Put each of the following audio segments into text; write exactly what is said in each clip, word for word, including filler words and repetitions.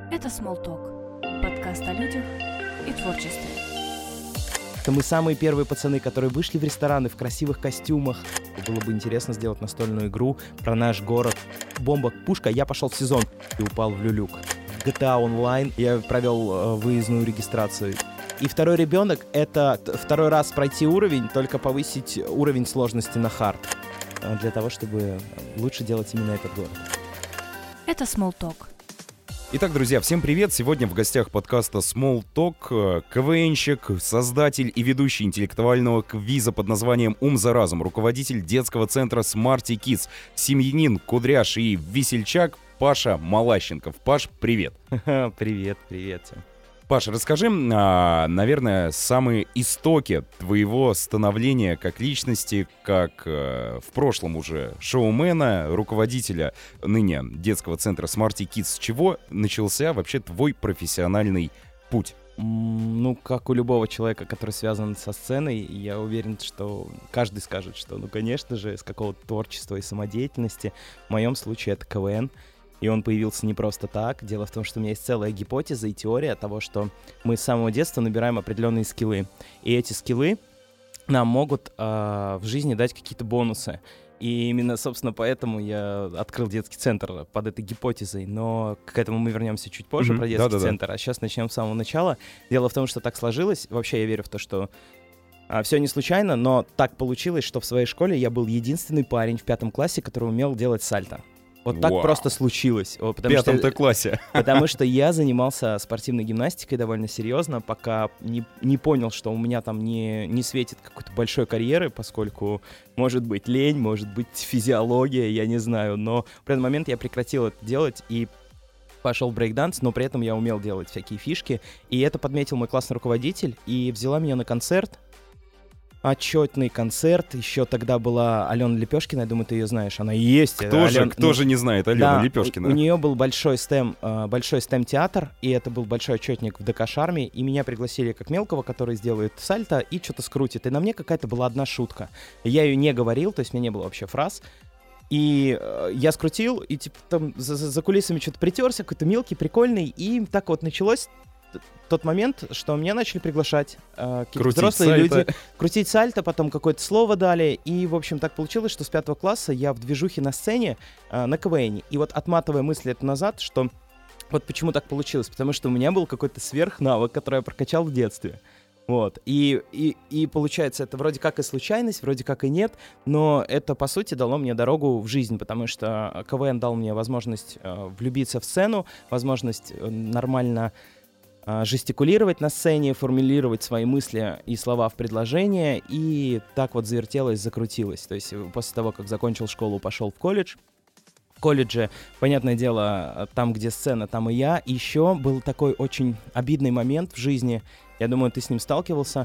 Это Smalltalk. Подкаст о людях и творчестве. Это мы самые первые пацаны, которые вышли в рестораны в красивых костюмах. Было бы интересно сделать настольную игру про наш город. Бомба, пушка, я пошел в сезон и упал в люлюк. В джи ти эй онлайн я провел э, выездную регистрацию. И второй ребенок — это второй раз пройти уровень, только повысить уровень сложности на хард. Для того, чтобы лучше делать именно этот город. Это Smalltalk. Итак, друзья, всем привет! Сегодня в гостях подкаста Smalltalk КВНщик, создатель и ведущий интеллектуального квиза под названием «Ум за разум», руководитель детского центра Smarty Kids, семьянин, кудряш и весельчак Паша Малащенков. Паш, привет! Привет, привет. Паша, расскажи, наверное, самые истоки твоего становления как личности, как э, в прошлом уже шоумена, руководителя ныне детского центра Smarty Kids. С чего начался вообще твой профессиональный путь? Ну, как у любого человека, который связан со сценой, я уверен, что каждый скажет, что, ну, конечно же, с какого-то творчества и самодеятельности. В моем случае это КВН. И он появился не просто так. Дело в том, что у меня есть целая гипотеза и теория того, что мы с самого детства набираем определенные скиллы. И эти скиллы нам могут э, в жизни дать какие-то бонусы. И именно, собственно, поэтому я открыл детский центр под этой гипотезой. Но к этому мы вернемся чуть позже, mm-hmm. про детский Да-да-да. центр. А сейчас начнем с самого начала. Дело в том, что так сложилось. Вообще я верю в то, что а, все не случайно, но так получилось, что в своей школе я был единственный парень в пятом классе, который умел делать сальто. Вот так Вау. просто случилось. В пятом-то классе. Потому что я занимался спортивной гимнастикой довольно серьезно, пока не, не понял, что у меня там не, не светит какой-то большой карьеры, поскольку может быть лень, может быть физиология, я не знаю. Но в этот момент я прекратил это делать и пошел в брейк-данс, но при этом я умел делать всякие фишки. И это подметил мой классный руководитель и взяла меня на концерт. Отчетный концерт. Еще тогда была Алена Лепешкина, я думаю, ты ее знаешь. Она и есть. Кто, Ален... же, кто ну, же не знает Алену да, Лепешкина? У, у нее был большой стем, э, большой стем-театр, и это был большой отчетник в ДК Шарме, и меня пригласили как мелкого, который сделает сальто и что-то скрутит. И на мне какая-то была одна шутка. Я ее не говорил, то есть у меня не было вообще фраз. И э, я скрутил, и типа там за, за кулисами что-то притерся, какой-то мелкий, прикольный, и так вот началось тот момент, что меня начали приглашать э, какие-то взрослые сальто. люди, крутить сальто, потом какое-то слово дали, и, в общем, так получилось, что с пятого класса я в движухе на сцене э, на КВНе. И вот отматывая мысли это назад, что вот почему так получилось, потому что у меня был какой-то сверхнавык, который я прокачал в детстве. Вот, и, и, и получается, это вроде как и случайность, вроде как и нет, но это, по сути, дало мне дорогу в жизнь, потому что КВН дал мне возможность э, влюбиться в сцену, возможность э, нормально жестикулировать на сцене, формулировать свои мысли и слова в предложение, и так вот завертелось, закрутилось. То есть после того, как закончил школу, пошел в колледж. В колледже, понятное дело, там, где сцена, там и я. И еще был такой очень обидный момент в жизни, я думаю, ты с ним сталкивался,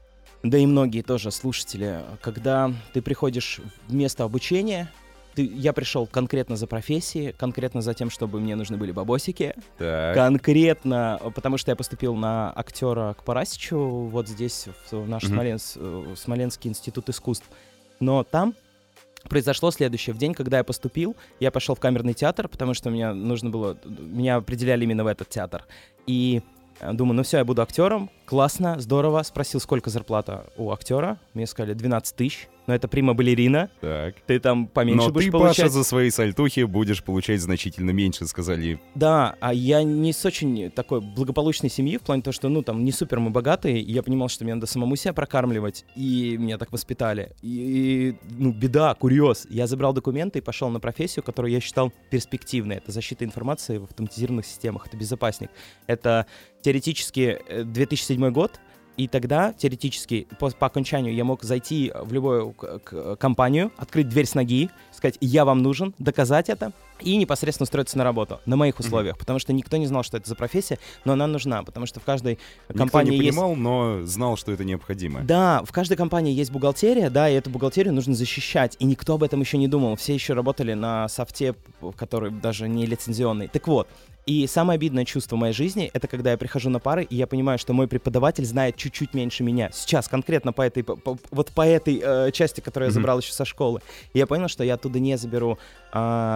да и многие тоже слушатели, когда ты приходишь в место обучения. Ты, я пришел конкретно за профессией, конкретно за тем, чтобы мне нужны были бабосики. Так. Конкретно, потому что я поступил на актера к Парасичу, вот здесь, в наш mm-hmm. Смоленс, Смоленский институт искусств. Но там произошло следующее. В день, когда я поступил, я пошел в камерный театр, потому что мне нужно было... Меня определяли именно в этот театр. И думаю, ну все, я буду актером. Классно, здорово. Спросил, сколько зарплата у актера. Мне сказали двенадцать тысяч. Но это прима-балерина. Так. Ты там поменьше Но будешь ты, получать. Паша, за свои сальтухи будешь получать значительно меньше, сказали. Да, а я не с очень такой благополучной семьи, в плане того, что, ну, там, не супер мы богатые, и я понимал, что мне надо самому себя прокармливать, и меня так воспитали. И, ну, беда, курьез. Я забрал документы и пошел на профессию, которую я считал перспективной. Это защита информации в автоматизированных системах, это безопасник. Это теоретически две тысячи седьмой год, и тогда, теоретически, по, по окончанию я мог зайти в любую к- к- компанию, открыть дверь с ноги, сказать «я вам нужен», доказать это и непосредственно устроиться на работу на моих условиях, mm-hmm. потому что никто не знал, что это за профессия, но она нужна, потому что в каждой компании есть... Никто не понимал, но знал, что это необходимо. Да, в каждой компании есть бухгалтерия, да, и эту бухгалтерию нужно защищать, и никто об этом еще не думал, все еще работали на софте, который даже не лицензионный. Так вот, И самое обидное чувство в моей жизни — это когда я прихожу на пары, и я понимаю, что мой преподаватель знает чуть-чуть меньше меня. Сейчас, конкретно по этой, по, по, вот по этой э, части, которую я забрал mm-hmm. еще со школы. И я понял, что я оттуда не заберу э, знания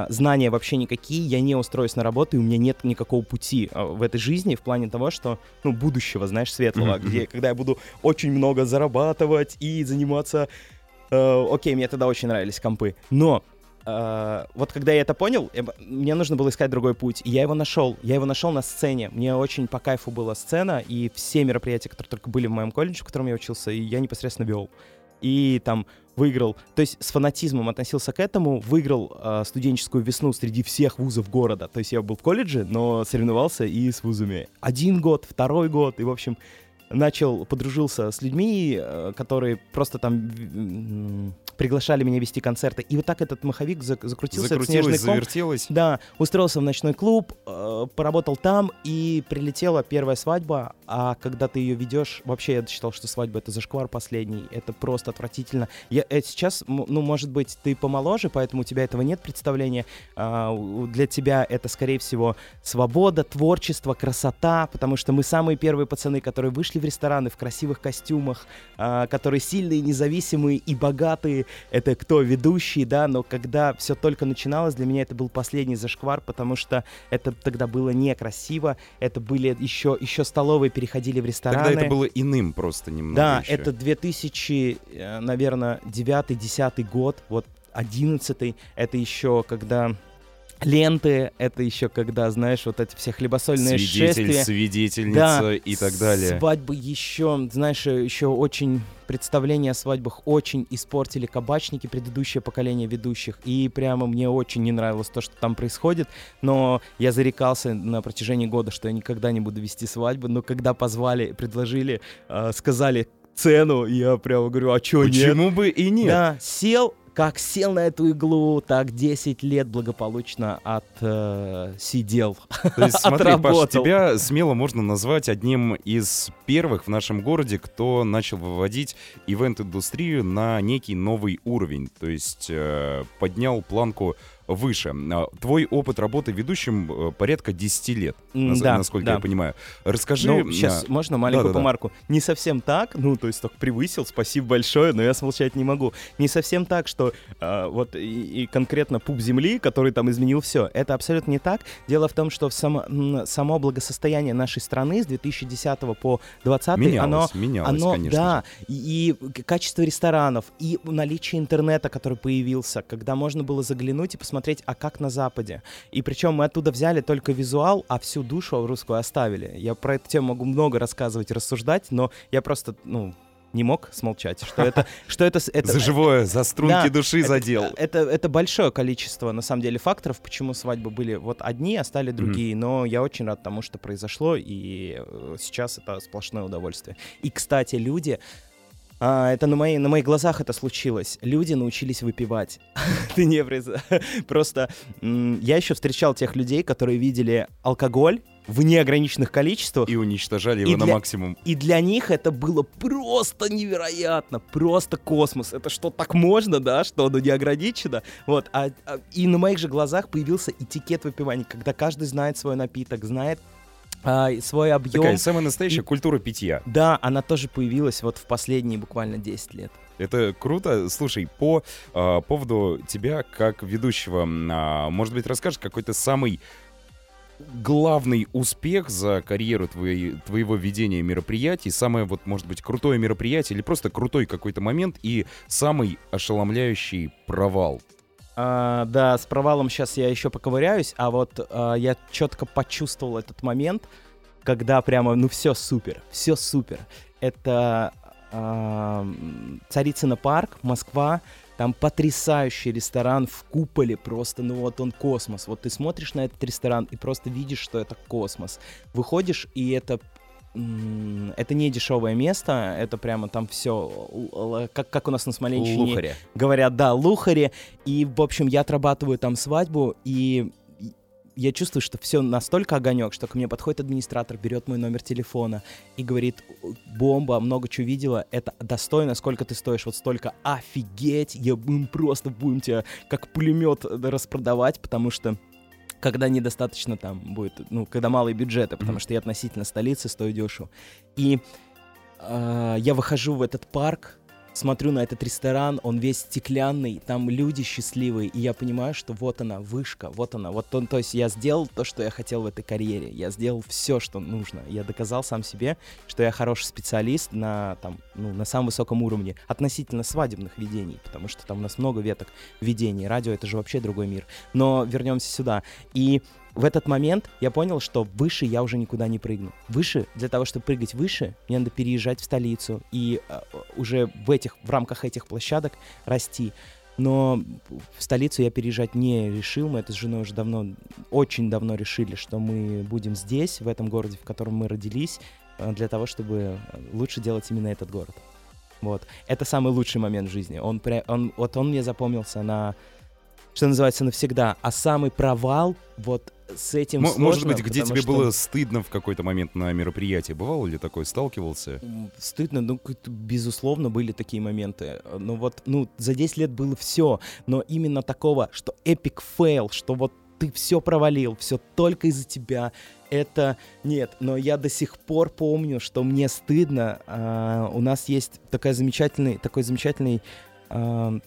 ожидания вообще никакие, я не устроюсь на работу, и у меня нет никакого пути э, в этой жизни в плане того, что, ну, будущего, знаешь, светлого, mm-hmm. где, когда я буду очень много зарабатывать и заниматься... Э, окей, мне тогда очень нравились компы, но... Uh, вот когда я это понял, я, мне нужно было искать другой путь, и я его нашел. Я его нашел на сцене. Мне очень по кайфу была сцена, и все мероприятия, которые только были в моем колледже, в котором я учился, и я непосредственно вел. И там выиграл, то есть с фанатизмом относился к этому, выиграл uh, студенческую весну среди всех вузов города. То есть я был в колледже, но соревновался и с вузами. Один год, второй год, и, в общем... начал, подружился с людьми, которые просто там приглашали меня вести концерты. И вот так этот маховик закрутился, этот снежный ком. Завертелось. Да, устроился в ночной клуб, поработал там, и прилетела первая свадьба. А когда ты ее ведешь, вообще я считал, что свадьба — это зашквар последний. Это просто отвратительно. Я, сейчас, ну, может быть, ты помоложе, поэтому у тебя этого нет представления. Для тебя это, скорее всего, свобода, творчество, красота, потому что мы самые первые пацаны, которые вышли в рестораны в красивых костюмах, а, которые сильные, независимые и богатые. Это кто? Ведущие, да, но когда все только начиналось, для меня это был последний зашквар, потому что это тогда было некрасиво, это были еще, еще столовые переходили в рестораны. Тогда это было иным просто немного. Да, еще. Это две тысячи, наверное, девятый-десятый год, вот одиннадцатый, это еще когда... Ленты, это еще когда, знаешь, вот эти все хлебосольные Свидетель, шествия. свидетельница да, и так далее. Свадьбы еще, знаешь, еще очень... Представления о свадьбах очень испортили кабачники, предыдущее поколение ведущих, и прямо мне очень не нравилось то, что там происходит, но я зарекался на протяжении года, что я никогда не буду вести свадьбы, но когда позвали, предложили, э, сказали цену, я прямо говорю, а чё нет? Почему бы и нет? Да, сел... Как сел на эту иглу, так десять лет благополучно отсидел. Э, То есть смотри, Паш, тебя смело можно назвать одним из первых в нашем городе, кто начал выводить ивент-индустрию на некий новый уровень. То есть э, поднял планку выше. Твой опыт работы ведущим порядка десять лет, mm, да, насколько да. я понимаю. Расскажи... Ну, сейчас а... можно маленькую да, помарку? Да, да. Не совсем так, ну, то есть только превысил, спасибо большое, но я смолчать не могу. Не совсем так, что а, вот и, и конкретно пуп земли, который там изменил все. Это абсолютно не так. Дело в том, что в само, само благосостояние нашей страны с две тысячи десятого по двадцатый, менялось, оно... менялось, оно, конечно да, и, и качество ресторанов, и наличие интернета, который появился, когда можно было заглянуть и посмотреть, смотреть, а как на Западе. И причем мы оттуда взяли только визуал, а всю душу русскую оставили. Я про эту тему могу много рассказывать и рассуждать, но я просто, ну, не мог смолчать, что это... Что это, это за живое, за струнки да, души это, задел. Это, это, это большое количество, на самом деле, факторов, почему свадьбы были вот одни, а стали другие. Mm-hmm. Но я очень рад тому, что произошло, и сейчас это сплошное удовольствие. И, кстати, люди... А, это на, моей, на моих глазах это случилось. Люди научились выпивать. Ты не просто... М- я еще встречал тех людей, которые видели алкоголь в неограниченных количествах. И уничтожали его и на для, максимум. И для них это было просто невероятно. Просто космос. Это что, так можно, да? Что оно не ограничено? Вот. А, а, и на моих же глазах появился этикет выпивания, когда каждый знает свой напиток, знает А, свой объем. Такая самая настоящая и, культура питья. Да, она тоже появилась вот в последние буквально десять лет. Это круто. Слушай, по э, поводу тебя как ведущего, э, может быть, расскажешь какой-то самый главный успех за карьеру твоей, твоего ведения мероприятий, самое вот, может быть, крутое мероприятие или просто крутой какой-то момент и самый ошеломляющий провал? Uh, да, с провалом сейчас я еще поковыряюсь, а вот uh, я четко почувствовал этот момент, когда прямо, ну все супер, все супер. Это uh, Царицыно парк, Москва, там потрясающий ресторан в куполе, просто, ну вот он космос. Вот ты смотришь на этот ресторан и просто видишь, что это космос. Выходишь, и это... Это не дешевое место, это прямо там все, как, как у нас на Смоленщине лухари. Говорят, да, лухари. И, в общем, я отрабатываю там свадьбу, и я чувствую, что все настолько огонек, что ко мне подходит администратор, берет мой номер телефона и говорит: бомба, много чего видела, это достойно, сколько ты стоишь, вот столько, офигеть, я мы просто будем тебя как пулемет распродавать, потому что когда недостаточно там будет, ну, когда малые бюджеты, потому mm-hmm. что я относительно столицы стою дешево. И э, я выхожу в этот парк, смотрю на этот ресторан, он весь стеклянный, там люди счастливые, и я понимаю, что вот она, вышка, вот она. Вот он, то есть я сделал то, что я хотел в этой карьере. Я сделал все, что нужно. Я доказал сам себе, что я хороший специалист на, там, ну, на самом высоком уровне относительно свадебных ведений, потому что там у нас много веток ведений. Радио — это же вообще другой мир. Но вернемся сюда. И в этот момент я понял, что выше я уже никуда не прыгну. Выше, для того, чтобы прыгать выше, мне надо переезжать в столицу и э, уже в, этих, в рамках этих площадок расти. Но в столицу я переезжать не решил. Мы это с женой уже давно, очень давно решили, что мы будем здесь, в этом городе, в котором мы родились, э, для того, чтобы лучше делать именно этот город. Вот. Это самый лучший момент в жизни. Он, он, вот он мне запомнился на, что называется, навсегда. А самый провал, вот с этим М- сложно. Может быть, где тебе что... было стыдно в какой-то момент на мероприятии? Бывало ли такое? Сталкивался? Стыдно, ну, безусловно, были такие моменты. Ну вот, ну, за десять лет было все, но именно такого, что эпик фейл, что вот ты все провалил, все только из-за тебя, это нет. Но я до сих пор помню, что мне стыдно. А, у нас есть такая замечательный, такой замечательный а,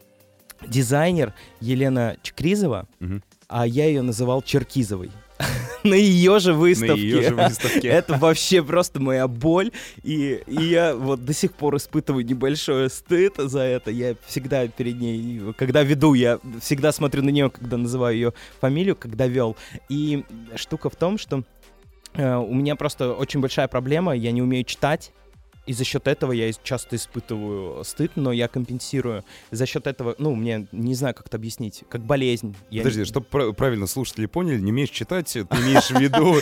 дизайнер Елена Чкризова, угу. А я ее называл Черкизовой. На ее же выставке. На ее же выставке. Это вообще просто моя боль. И, и я вот до сих пор испытываю небольшой стыд за это. Я всегда перед ней, когда веду, я всегда смотрю на нее, когда называю ее фамилию, когда вел. И штука в том, что э, у меня просто очень большая проблема. Я не умею читать. И за счет этого я часто испытываю стыд, но я компенсирую. За счет этого, ну, мне не знаю, как это объяснить, как болезнь. Подожди, не... чтобы пр- правильно слушатели поняли, не умеешь читать, ты имеешь в виду...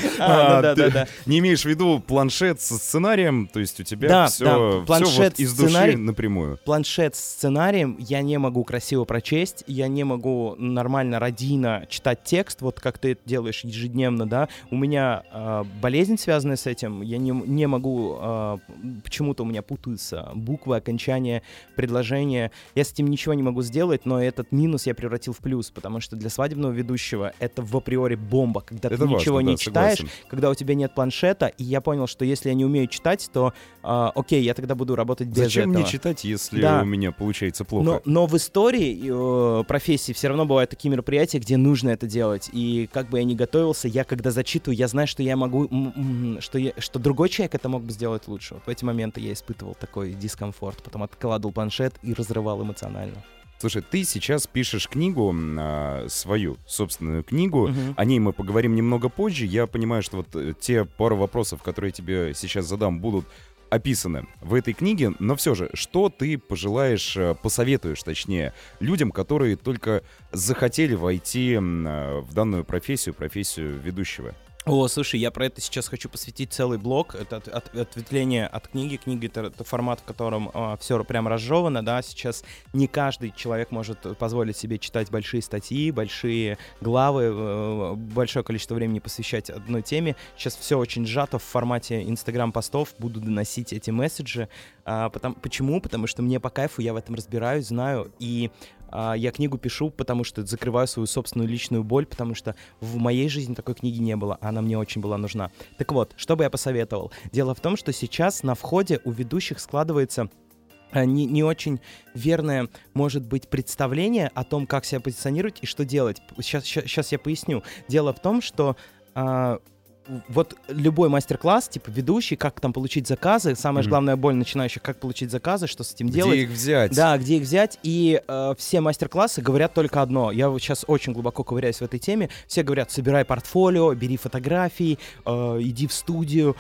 Не имеешь в виду планшет со сценарием, то есть у тебя все из души напрямую. Планшет с сценарием я не могу красиво прочесть, я не могу нормально, родийно читать текст, вот как ты это делаешь ежедневно, да. У меня болезнь, связанная с этим, я не могу... Почему-то у меня путаются буквы, окончания, предложения. Я с этим ничего не могу сделать, но этот минус я превратил в плюс, потому что для свадебного ведущего это в априори бомба, когда это ты важно, ничего да, не читаешь, согласен. Когда у тебя нет планшета, и я понял, что если я не умею читать, то э, окей, я тогда буду работать без Зачем этого. Зачем мне читать, если да. у меня получается плохо? Но, но в истории э, профессии все равно бывают такие мероприятия, где нужно это делать, и как бы я ни готовился, я когда зачитываю, я знаю, что я могу, м- м- что, я, что другой человек это мог бы сделать лучше. Вот в эти моменты я испытывал такой дискомфорт, потом откладывал планшет и разрывал эмоционально. Слушай, ты сейчас пишешь книгу, э, свою собственную книгу, uh-huh. о ней мы поговорим немного позже. Я понимаю, что вот те пару вопросов, которые я тебе сейчас задам, будут описаны в этой книге, но все же, что ты пожелаешь, посоветуешь, точнее, людям, которые только захотели войти э, в данную профессию, профессию ведущего? О, слушай, я про это сейчас хочу посвятить целый блог. Это от, от, ответвление от книги. Книга — это, это формат, в котором э, все прям разжевано, да. Сейчас не каждый человек может позволить себе читать большие статьи, большие главы, э, большое количество времени посвящать одной теме. Сейчас все очень сжато в формате инстаграм-постов. Буду доносить эти месседжи. А, потому, почему? Потому что мне по кайфу, я в этом разбираюсь, знаю. И а, я книгу пишу, потому что закрываю свою собственную личную боль, потому что в моей жизни такой книги не было, а она мне очень была нужна. Так вот, что бы я посоветовал? Дело в том, что сейчас на входе у ведущих складывается Не, не очень верное, может быть, представление о том, как себя позиционировать и что делать. Сейчас, сейчас, сейчас я поясню. Дело в том, что а, вот любой мастер-класс, типа ведущий, как там получить заказы, самая mm-hmm. главная боль начинающих, как получить заказы, что с этим где делать. Где их взять? Да, где их взять. И э, все мастер-классы говорят только одно. Я вот сейчас очень глубоко ковыряюсь в этой теме. Все говорят: собирай портфолио, бери фотографии, э, иди в студию,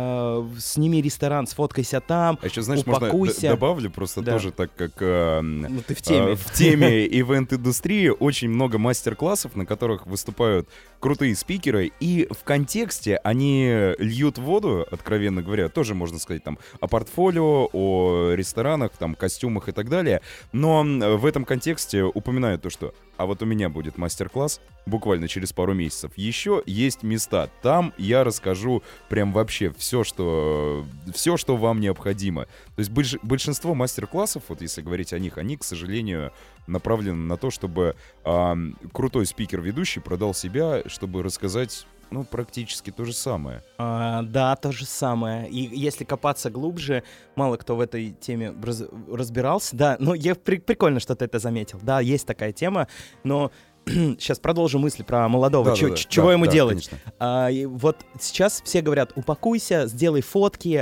э, сними ресторан, сфоткайся там, а еще, знаешь, упакуйся. Можно д- добавлю просто да. тоже, так как э, ну, ты в теме. Э, в теме ивент-индустрии очень много мастер-классов, на которых выступают крутые спикеры, и в контексте они льют воду, откровенно говоря, тоже можно сказать там о портфолио, о ресторанах, там, костюмах и так далее, но в этом контексте упоминают то, что а вот у меня будет мастер-класс буквально через пару месяцев. Еще есть места. Там я расскажу прям вообще все, что, все, что вам необходимо. То есть больш, большинство мастер-классов, вот если говорить о них, они, к сожалению, направлены на то, чтобы э, крутой спикер-ведущий продал себя, чтобы рассказать ну, практически то же самое. А, да, то же самое. И если копаться глубже, мало кто в этой теме раз, разбирался. Да, ну, я, при, прикольно, что ты это заметил. Да, есть такая тема, но сейчас продолжу мысли про молодого. Да, Ч- да, ч- да, чего да, ему да, делать? Конечно. А, и вот сейчас все говорят, упакуйся, сделай фотки,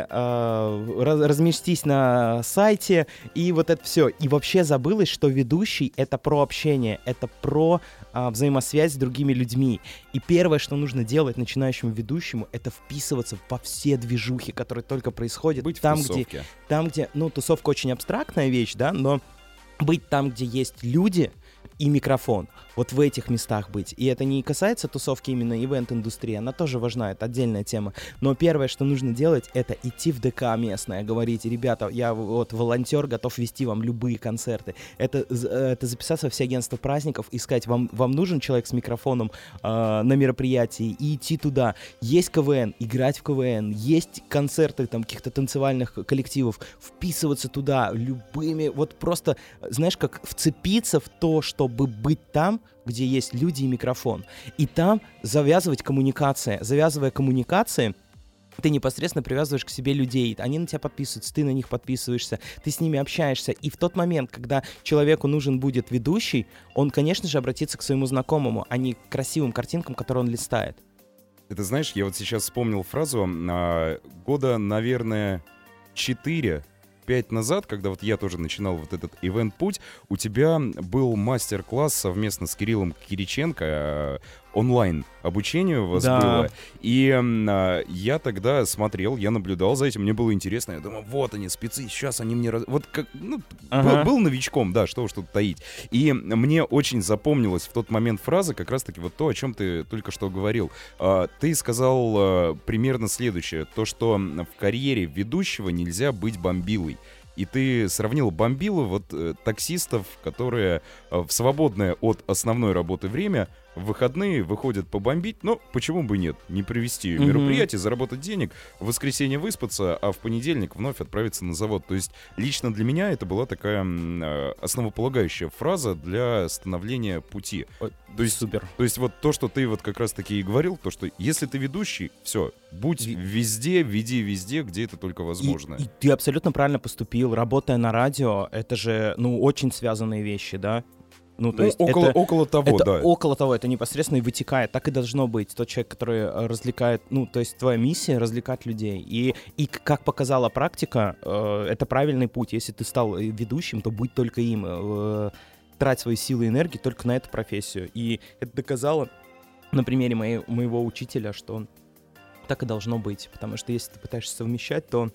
а, раз- разместись на сайте, и вот это все. И вообще забылось, что ведущий — это про общение, это про а, взаимосвязь с другими людьми. И первое, что нужно делать начинающему ведущему, это вписываться во все движухи, которые только происходят. Быть там, в тусовке. где, там, где, ну, тусовка очень абстрактная вещь, да, но быть там, где есть люди и микрофон. Вот в этих местах быть. И это не касается тусовки именно ивент-индустрии, она тоже важна, это отдельная тема. Но первое, что нужно делать, это идти в ДК местное, говорить: ребята, я вот волонтер, готов вести вам любые концерты. Это, это записаться во все агентства праздников и сказать: вам, вам нужен человек с микрофоном э, на мероприятии, и идти туда. Есть КВН, играть в КВН, есть концерты там каких-то танцевальных коллективов, вписываться туда любыми, вот просто, знаешь, как вцепиться в то, чтобы быть там, где есть люди и микрофон. И там завязывать коммуникации. Завязывая коммуникации, ты непосредственно привязываешь к себе людей. Они на тебя подписываются, ты на них подписываешься, ты с ними общаешься. И в тот момент, когда человеку нужен будет ведущий, он, конечно же, обратится к своему знакомому, а не к красивым картинкам, которые он листает. Это, знаешь, я вот сейчас вспомнил фразу а, года, наверное, четыре пять назад, когда вот я тоже начинал вот этот ивент-путь, у тебя был мастер-класс совместно с Кириллом Кириченко, э, онлайн обучение у вас Да. было. И э, я тогда смотрел, я наблюдал за этим, мне было интересно, я думаю, вот они, спецы, сейчас они мне... Раз... Вот как, ну, Ага. был, был новичком, да, что уж тут таить. И мне очень запомнилась в тот момент фраза, как раз-таки вот то, о чем ты только что говорил. Э, ты сказал э, примерно следующее, то, что в карьере ведущего нельзя быть бомбилой. И ты сравнил бомбилу вот э, таксистов, которые э, в свободное от основной работы время в выходные выходят побомбить, но почему бы нет? Не провести Мгм. мероприятие, заработать денег, в воскресенье выспаться, а в понедельник вновь отправиться на завод. То есть лично для меня это была такая м, э, основополагающая фраза для становления пути. Ой, То есть, Супер. то есть вот то, что ты вот как раз-таки и говорил, то, что если ты ведущий, все, будь Ви- везде, веди везде, где это только возможно. И, и ты абсолютно правильно поступил. Работая на радио, это же, ну, очень связанные вещи, да? Ну, то Ну, есть около, это, около того, это да. около того, это непосредственно и вытекает. Так и должно быть. Тот человек, который э, развлекает, ну, то есть твоя миссия — развлекать людей. И, и к- как показала практика, э, это правильный путь. Если ты стал э, ведущим, то будь только им. Э, трать свои силы и энергии только на эту профессию. И это доказало на примере моей, моего учителя, что так и должно быть. Потому что если ты пытаешься совмещать, то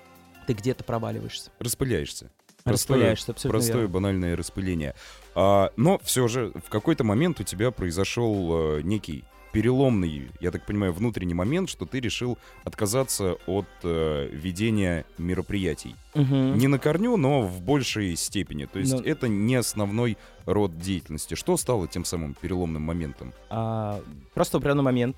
ты где-то проваливаешься. Распыляешься. Простое, Распыляешься, абсолютно простое верно. банальное распыление. А, но все же в какой-то момент у тебя произошел э, некий переломный, я так понимаю, внутренний момент, что ты решил отказаться от э, ведения мероприятий. Мгм. Не на корню, но в большей степени. То есть Но- это не основной род деятельности. Что стало тем самым переломным моментом? А, просто в определенный момент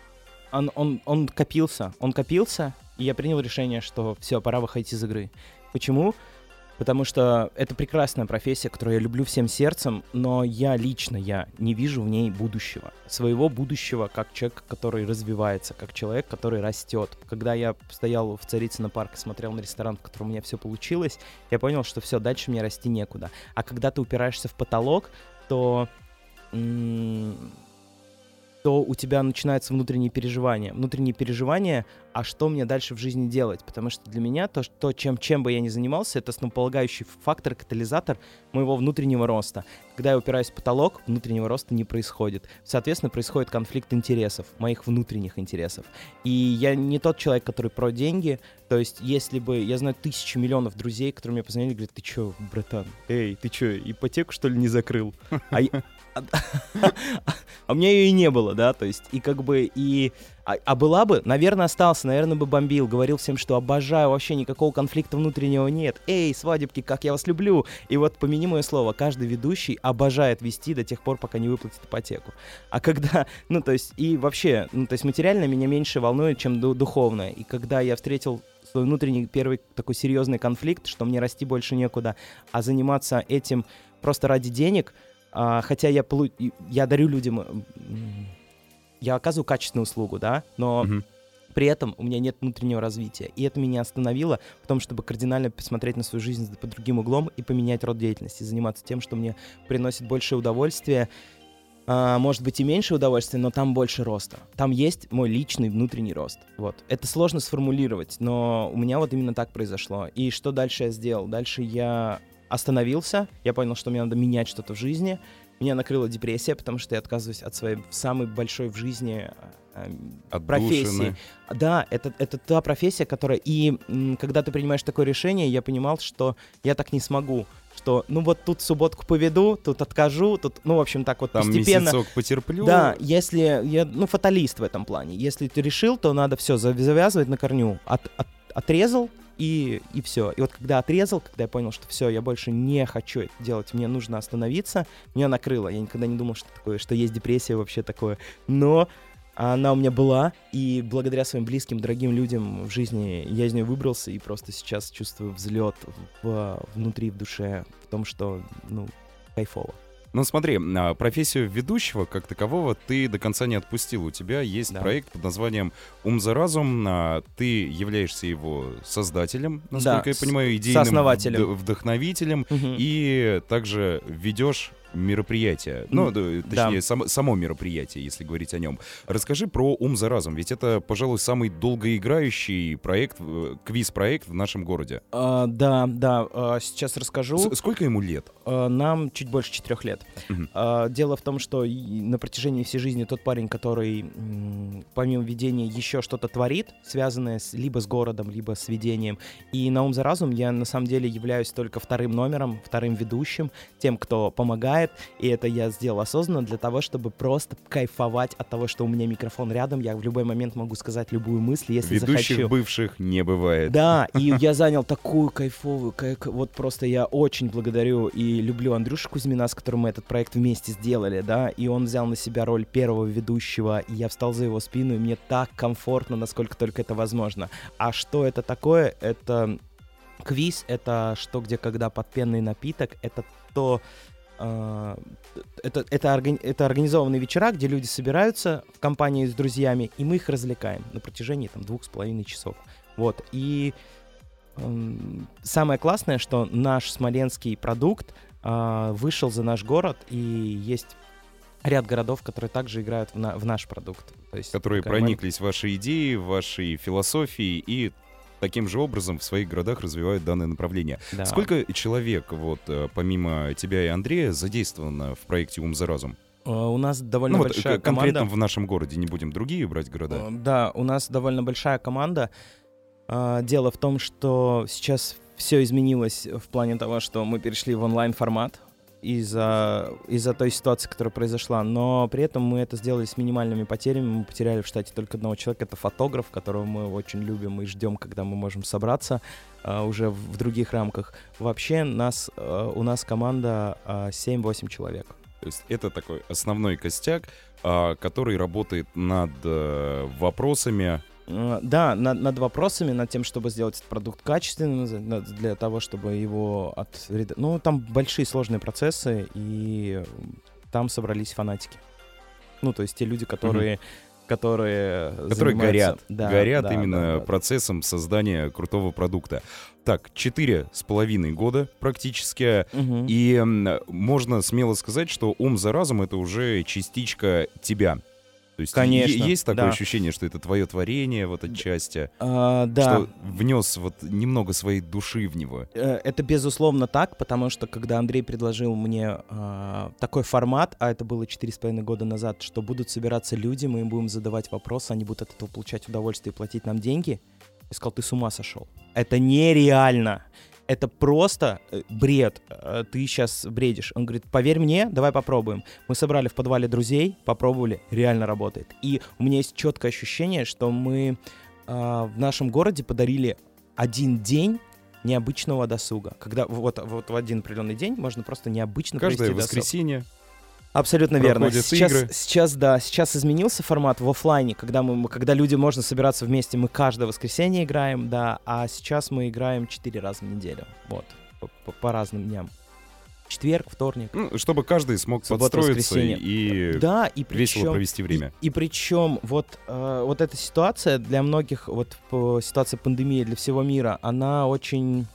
он, он, он копился, он копился, и я принял решение, что все, пора выходить из игры. Почему? Потому что это прекрасная профессия, которую я люблю всем сердцем, но я лично, я не вижу в ней будущего. Своего будущего как человек, который развивается, как человек, который растет. Когда я стоял в Царицыно парке, смотрел на ресторан, в котором у меня все получилось, я понял, что все, дальше мне расти некуда. А когда ты упираешься в потолок, то... м- то у тебя начинаются внутренние переживания. Внутренние переживания, а что мне дальше в жизни делать? Потому что для меня то, что, чем, чем бы я ни занимался, это основополагающий фактор, катализатор моего внутреннего роста. Когда я упираюсь в потолок, внутреннего роста не происходит. Соответственно, происходит конфликт интересов, моих внутренних интересов. И я не тот человек, который про деньги. То есть, если бы... Я знаю тысячи миллионов друзей, которые мне позвонили, говорят: ты чё, братан, эй, ты чё, ипотеку, что ли, не закрыл? А я- А у меня ее и не было, да, то есть, и как бы, и... А, а была бы, наверное, остался, наверное, бы бомбил, говорил всем, что обожаю, вообще никакого конфликта внутреннего нет. Эй, свадебки, как я вас люблю. И вот, помяни мое слово, каждый ведущий обожает вести до тех пор, пока не выплатит ипотеку. А когда, ну, то есть, и вообще, ну, то есть, материально меня меньше волнует, чем ду- духовно. И когда я встретил свой внутренний первый такой серьезный конфликт, что мне расти больше некуда, а заниматься этим просто ради денег... А, хотя я, полу... я дарю людям... м, я оказываю качественную услугу, да, но Мгм. при этом у меня нет внутреннего развития. И это меня остановило в том, чтобы кардинально посмотреть на свою жизнь под другим углом и поменять род деятельности, заниматься тем, что мне приносит большее удовольствие. А, может быть и меньше удовольствия, но там больше роста. Там есть мой личный внутренний рост. Вот. Это сложно сформулировать, но у меня вот именно так произошло. И что дальше я сделал? Дальше я остановился, я понял, что мне надо менять что-то в жизни. Меня накрыла депрессия, потому что я отказываюсь от своей самой большой в жизни э, профессии. Отдушины. Да, это, это та профессия, которая... И м, когда ты принимаешь такое решение, я понимал, что я так не смогу. Что, ну вот тут субботку поведу, тут откажу, тут, ну, в общем, так вот Там постепенно... месяцок потерплю. Да, если... Я, ну, фаталист в этом плане. Если ты решил, то надо все завязывать на корню. От, от, отрезал, и, и все. И вот когда отрезал, когда я понял, что все, я больше не хочу это делать, мне нужно остановиться, меня накрыло. Я никогда не думал, что такое, что есть депрессия вообще такое. Но она у меня была, и благодаря своим близким, дорогим людям в жизни я из нее выбрался, и просто сейчас чувствую взлет в, внутри, в душе, в том, что, ну, кайфово. Ну смотри, а, профессию ведущего как такового ты до конца не отпустил. У тебя есть Да. проект под названием «Ум за разум». А, Ты являешься его создателем, насколько Да, я с- понимаю, идейным сооснователем. вд- вдохновителем. Мгм. И также ведешь мероприятие. Ну, М, да, да. точнее, само, само мероприятие, если говорить о нем. Расскажи про «Ум за разум», ведь это, пожалуй, самый долгоиграющий проект, э, квиз-проект в нашем городе. А, да, да, а, сейчас расскажу. С- сколько ему лет? А, нам чуть больше четырех лет. Мгм. А, дело в том, что и на протяжении всей жизни тот парень, который м, помимо ведения еще что-то творит, связанное с, либо с городом, либо с ведением. И на «Ум за разум» я на самом деле являюсь только вторым номером, вторым ведущим, тем, кто помогает. И это я сделал осознанно для того, чтобы просто кайфовать от того, что у меня микрофон рядом. Я в любой момент могу сказать любую мысль, если Ведущих захочу. бывших не бывает. Да, и я занял такую кайфовую, как вот просто я очень благодарю и люблю Андрюшу Кузьмина, с которым мы этот проект вместе сделали, да, и он взял на себя роль первого ведущего, и я встал за его спину, и мне так комфортно, насколько только это возможно. А что это такое? Это квиз, это что, где, когда, подпенный напиток, это то... Uh, это, это, органи- это организованные вечера, где люди собираются в компании с друзьями, и мы их развлекаем на протяжении там, двух с половиной часов. Вот. И эм, самое классное, что наш смоленский продукт э, вышел за наш город, и есть ряд городов, которые также играют в, на- в наш продукт. То есть Которые такая прониклись в ваши идеи, в вашей философии и таким же образом в своих городах развивают данное направление. мал- да. Сколько человек, вот, э, помимо тебя и Андрея, задействовано в проекте «Ум за разум»? Э, у нас довольно Ну вот большая э, конкретно команда. в нашем городе, не будем другие брать города. Э, Да, у нас довольно большая команда. А, Дело в том, что сейчас все изменилось в плане того, что мы перешли в онлайн-формат из-за, из-за той ситуации, которая произошла, но при этом мы это сделали с минимальными потерями. Мы потеряли в штате только одного человека, это фотограф, которого мы очень любим и ждем, когда мы можем собраться а, уже в, в других рамках. Вообще нас, а, у нас команда а, семь-восемь человек. То есть это такой основной костяк, а, который работает над э, вопросами. Э, Да, над, над вопросами, над тем, чтобы сделать этот продукт качественным, за- над- для того, чтобы его от... реда- Ну, там большие сложные процессы, и там собрались фанатики. Ну, то есть те люди, которые... Которые, Которые занимаются- горят, Да, горят да, именно да, да. процессом создания крутого продукта. Так, четыре с половиной года практически, Мгм. и м, можно смело сказать, что «Ум за разум» — это уже частичка тебя. То есть Конечно, е- есть такое да. ощущение, что это твое творение вот отчасти, А, да. что внес вот немного своей души в него. Э, Это безусловно так, потому что когда Андрей предложил мне а, такой формат, а это было четыре с половиной года назад, что будут собираться люди, мы им будем задавать вопросы, они будут от этого получать удовольствие и платить нам деньги, я сказал, ты с ума сошел. Это нереально. Это просто э, бред. Э, Ты сейчас бредишь. Он говорит, поверь мне, давай попробуем. Мы собрали в подвале друзей, попробовали, реально работает. И у меня есть четкое ощущение, что мы а, в нашем городе подарили один день необычного досуга. Когда вот, вот в один определенный день можно просто необычно Каждое провести досуг. воскресенье Абсолютно верно. проходят Сейчас, игры. сейчас, да, сейчас изменился формат в оффлайне, когда, мы, мы- когда люди можно собираться вместе, мы каждое воскресенье играем, да, а сейчас мы играем четыре раза в неделю, вот, по, по- по разным дням. четверг, вторник. Ну, чтобы каждый смог Суббота, подстроиться воскресенье. и Да, и причем, весело провести время. И, и причем вот, э, вот эта ситуация для многих, вот по, ситуация пандемии для всего мира, она очень,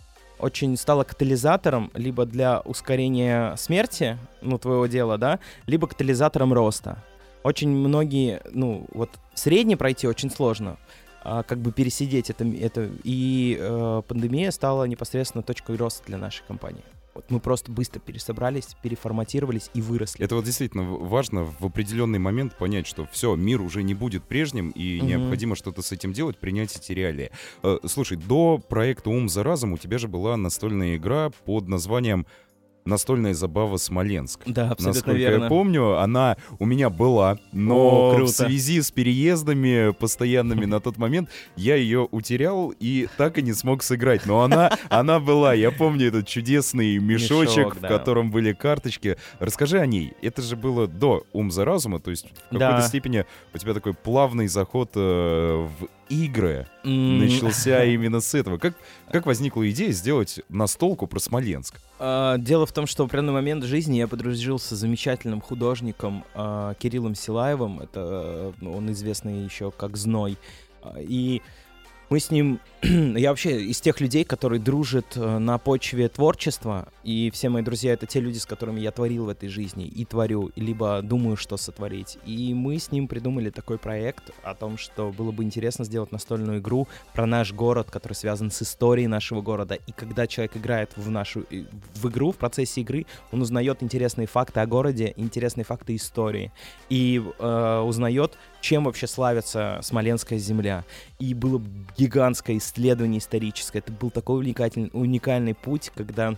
очень стала катализатором либо для ускорения смерти, ну, твоего дела, да, либо катализатором роста. Очень многие, ну, вот средний пройти очень сложно, а, как бы пересидеть это, это и э, пандемия стала непосредственно точкой роста для нашей компании. Вот мы просто быстро пересобрались, переформатировались и выросли. Это вот действительно важно в определенный момент понять, что все, мир уже не будет прежним, и mm-hmm. необходимо что-то с этим делать, принять эти реалии. Э, слушай, до проекта «Ум за разум» у тебя же была настольная игра под названием «Настольная забава Смоленск». Да, абсолютно Насколько верно. я помню, она у меня была, но О, круто. в связи с переездами постоянными на тот момент я ее утерял и так и не смог сыграть. Но она, она была, я помню этот чудесный мешочек, Мешок, в да. котором были карточки. Расскажи о ней. Это же было до «Ум за разума», то есть в какой-то Да. степени у тебя такой плавный заход э, в игры М, начался именно с этого. Как, как возникла идея сделать настолку про Смоленск? а, Дело в том, что в определенный момент жизни я подружился с замечательным художником а, Кириллом Силаевым. Это э, он известный еще как Зной. А, И мы с ним... Я вообще из тех людей, которые дружат э, на почве творчества, и все мои друзья — это те люди, с которыми я творил в этой жизни, и творю, либо думаю, что сотворить. И мы с ним придумали такой проект о том, что было бы интересно сделать настольную игру про наш город, который связан с историей нашего города. И когда человек играет в нашу э, в игру, в процессе игры, он узнает интересные факты о городе, интересные факты истории, и э, узнает, чем вообще славится Смоленская земля. И было гигантское исследование историческое. Это был такой уникальный, уникальный путь, когда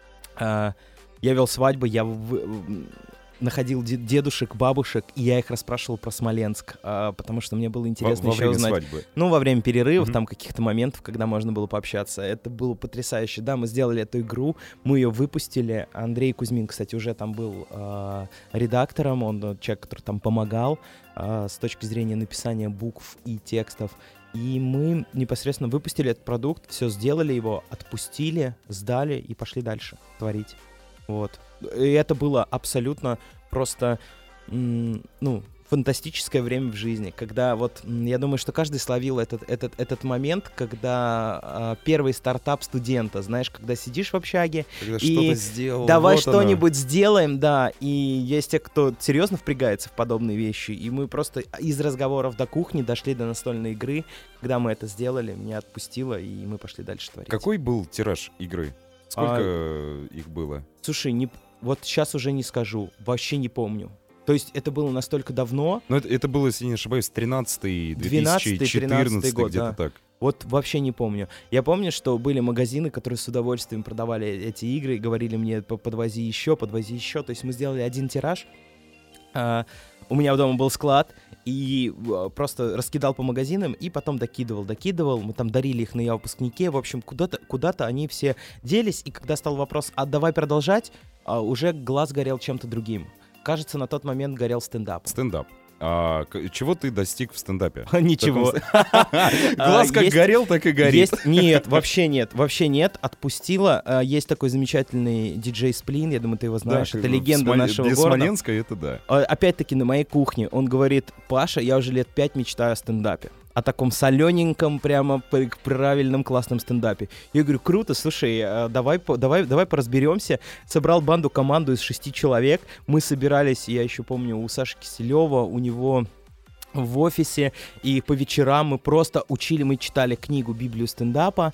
э, я вел свадьбы, я в, в, находил де- дедушек, бабушек, и я их расспрашивал про Смоленск, э, потому что мне было интересно во, во еще время узнать. свадьбы. Ну, во время перерывов, Мгм. там каких-то моментов, когда можно было пообщаться. Это было потрясающе. Да, мы сделали эту игру, мы ее выпустили. Андрей Кузьмин, кстати, уже там был э, редактором, он э, человек, который там помогал э, с точки зрения написания букв и текстов. И мы непосредственно выпустили этот продукт, все сделали его, отпустили, сдали и пошли дальше творить. Вот. И это было абсолютно просто, м, ну, фантастическое время в жизни, когда вот, м, я думаю, что каждый словил этот, этот, этот момент, когда а, первый стартап студента, знаешь, когда сидишь в общаге, Когда И что-то сделал. давай вот оно. что-нибудь сделаем, да, и есть те, кто серьезно впрягается в подобные вещи, и мы просто из разговоров до кухни дошли до настольной игры. Когда мы это сделали, меня отпустило, и мы пошли дальше творить. Какой был тираж игры? Сколько А, их было? Слушай, не, вот сейчас уже не скажу, вообще не помню. То есть это было настолько давно, Ну, это, это было, если не ошибаюсь, тринадцатый, двенадцатый, две тысячи четырнадцатый год, где-то да. так. вот вообще не помню. Я помню, что были магазины, которые с удовольствием продавали эти игры и говорили мне: «П- подвози еще, подвози еще». То есть мы сделали один тираж. А, у меня дома был склад, и а, просто раскидал по магазинам, и потом докидывал, докидывал. Мы там дарили их на ее выпускнике. В общем, куда-то, куда-то они все делись. И когда стал вопрос: а давай продолжать, а, уже глаз горел чем-то другим. Кажется, на тот момент горел стендап. Стендап. А к- чего ты достиг в стендапе? Ничего. Глаз А, как есть- горел, так и горит. Есть, нет, вообще нет, вообще нет, отпустила. А, Есть такой замечательный диджей Сплин, я думаю, ты его Да, знаешь, как это бы в легенда Смоле- нашего Для города. Смоленска это да. А, Опять-таки на моей кухне он говорит: Паша, я уже лет пять мечтаю о стендапе. О таком солененьком, прямо пр- правильном, классном стендапе. Я говорю: круто, слушай, а, давай, по- давай, давай поразберемся. Собрал банду, команду из шести человек. Мы собирались, я еще помню, у Саши Киселева, у него в офисе, и по вечерам мы просто учили, мы читали книгу «Библию стендапа».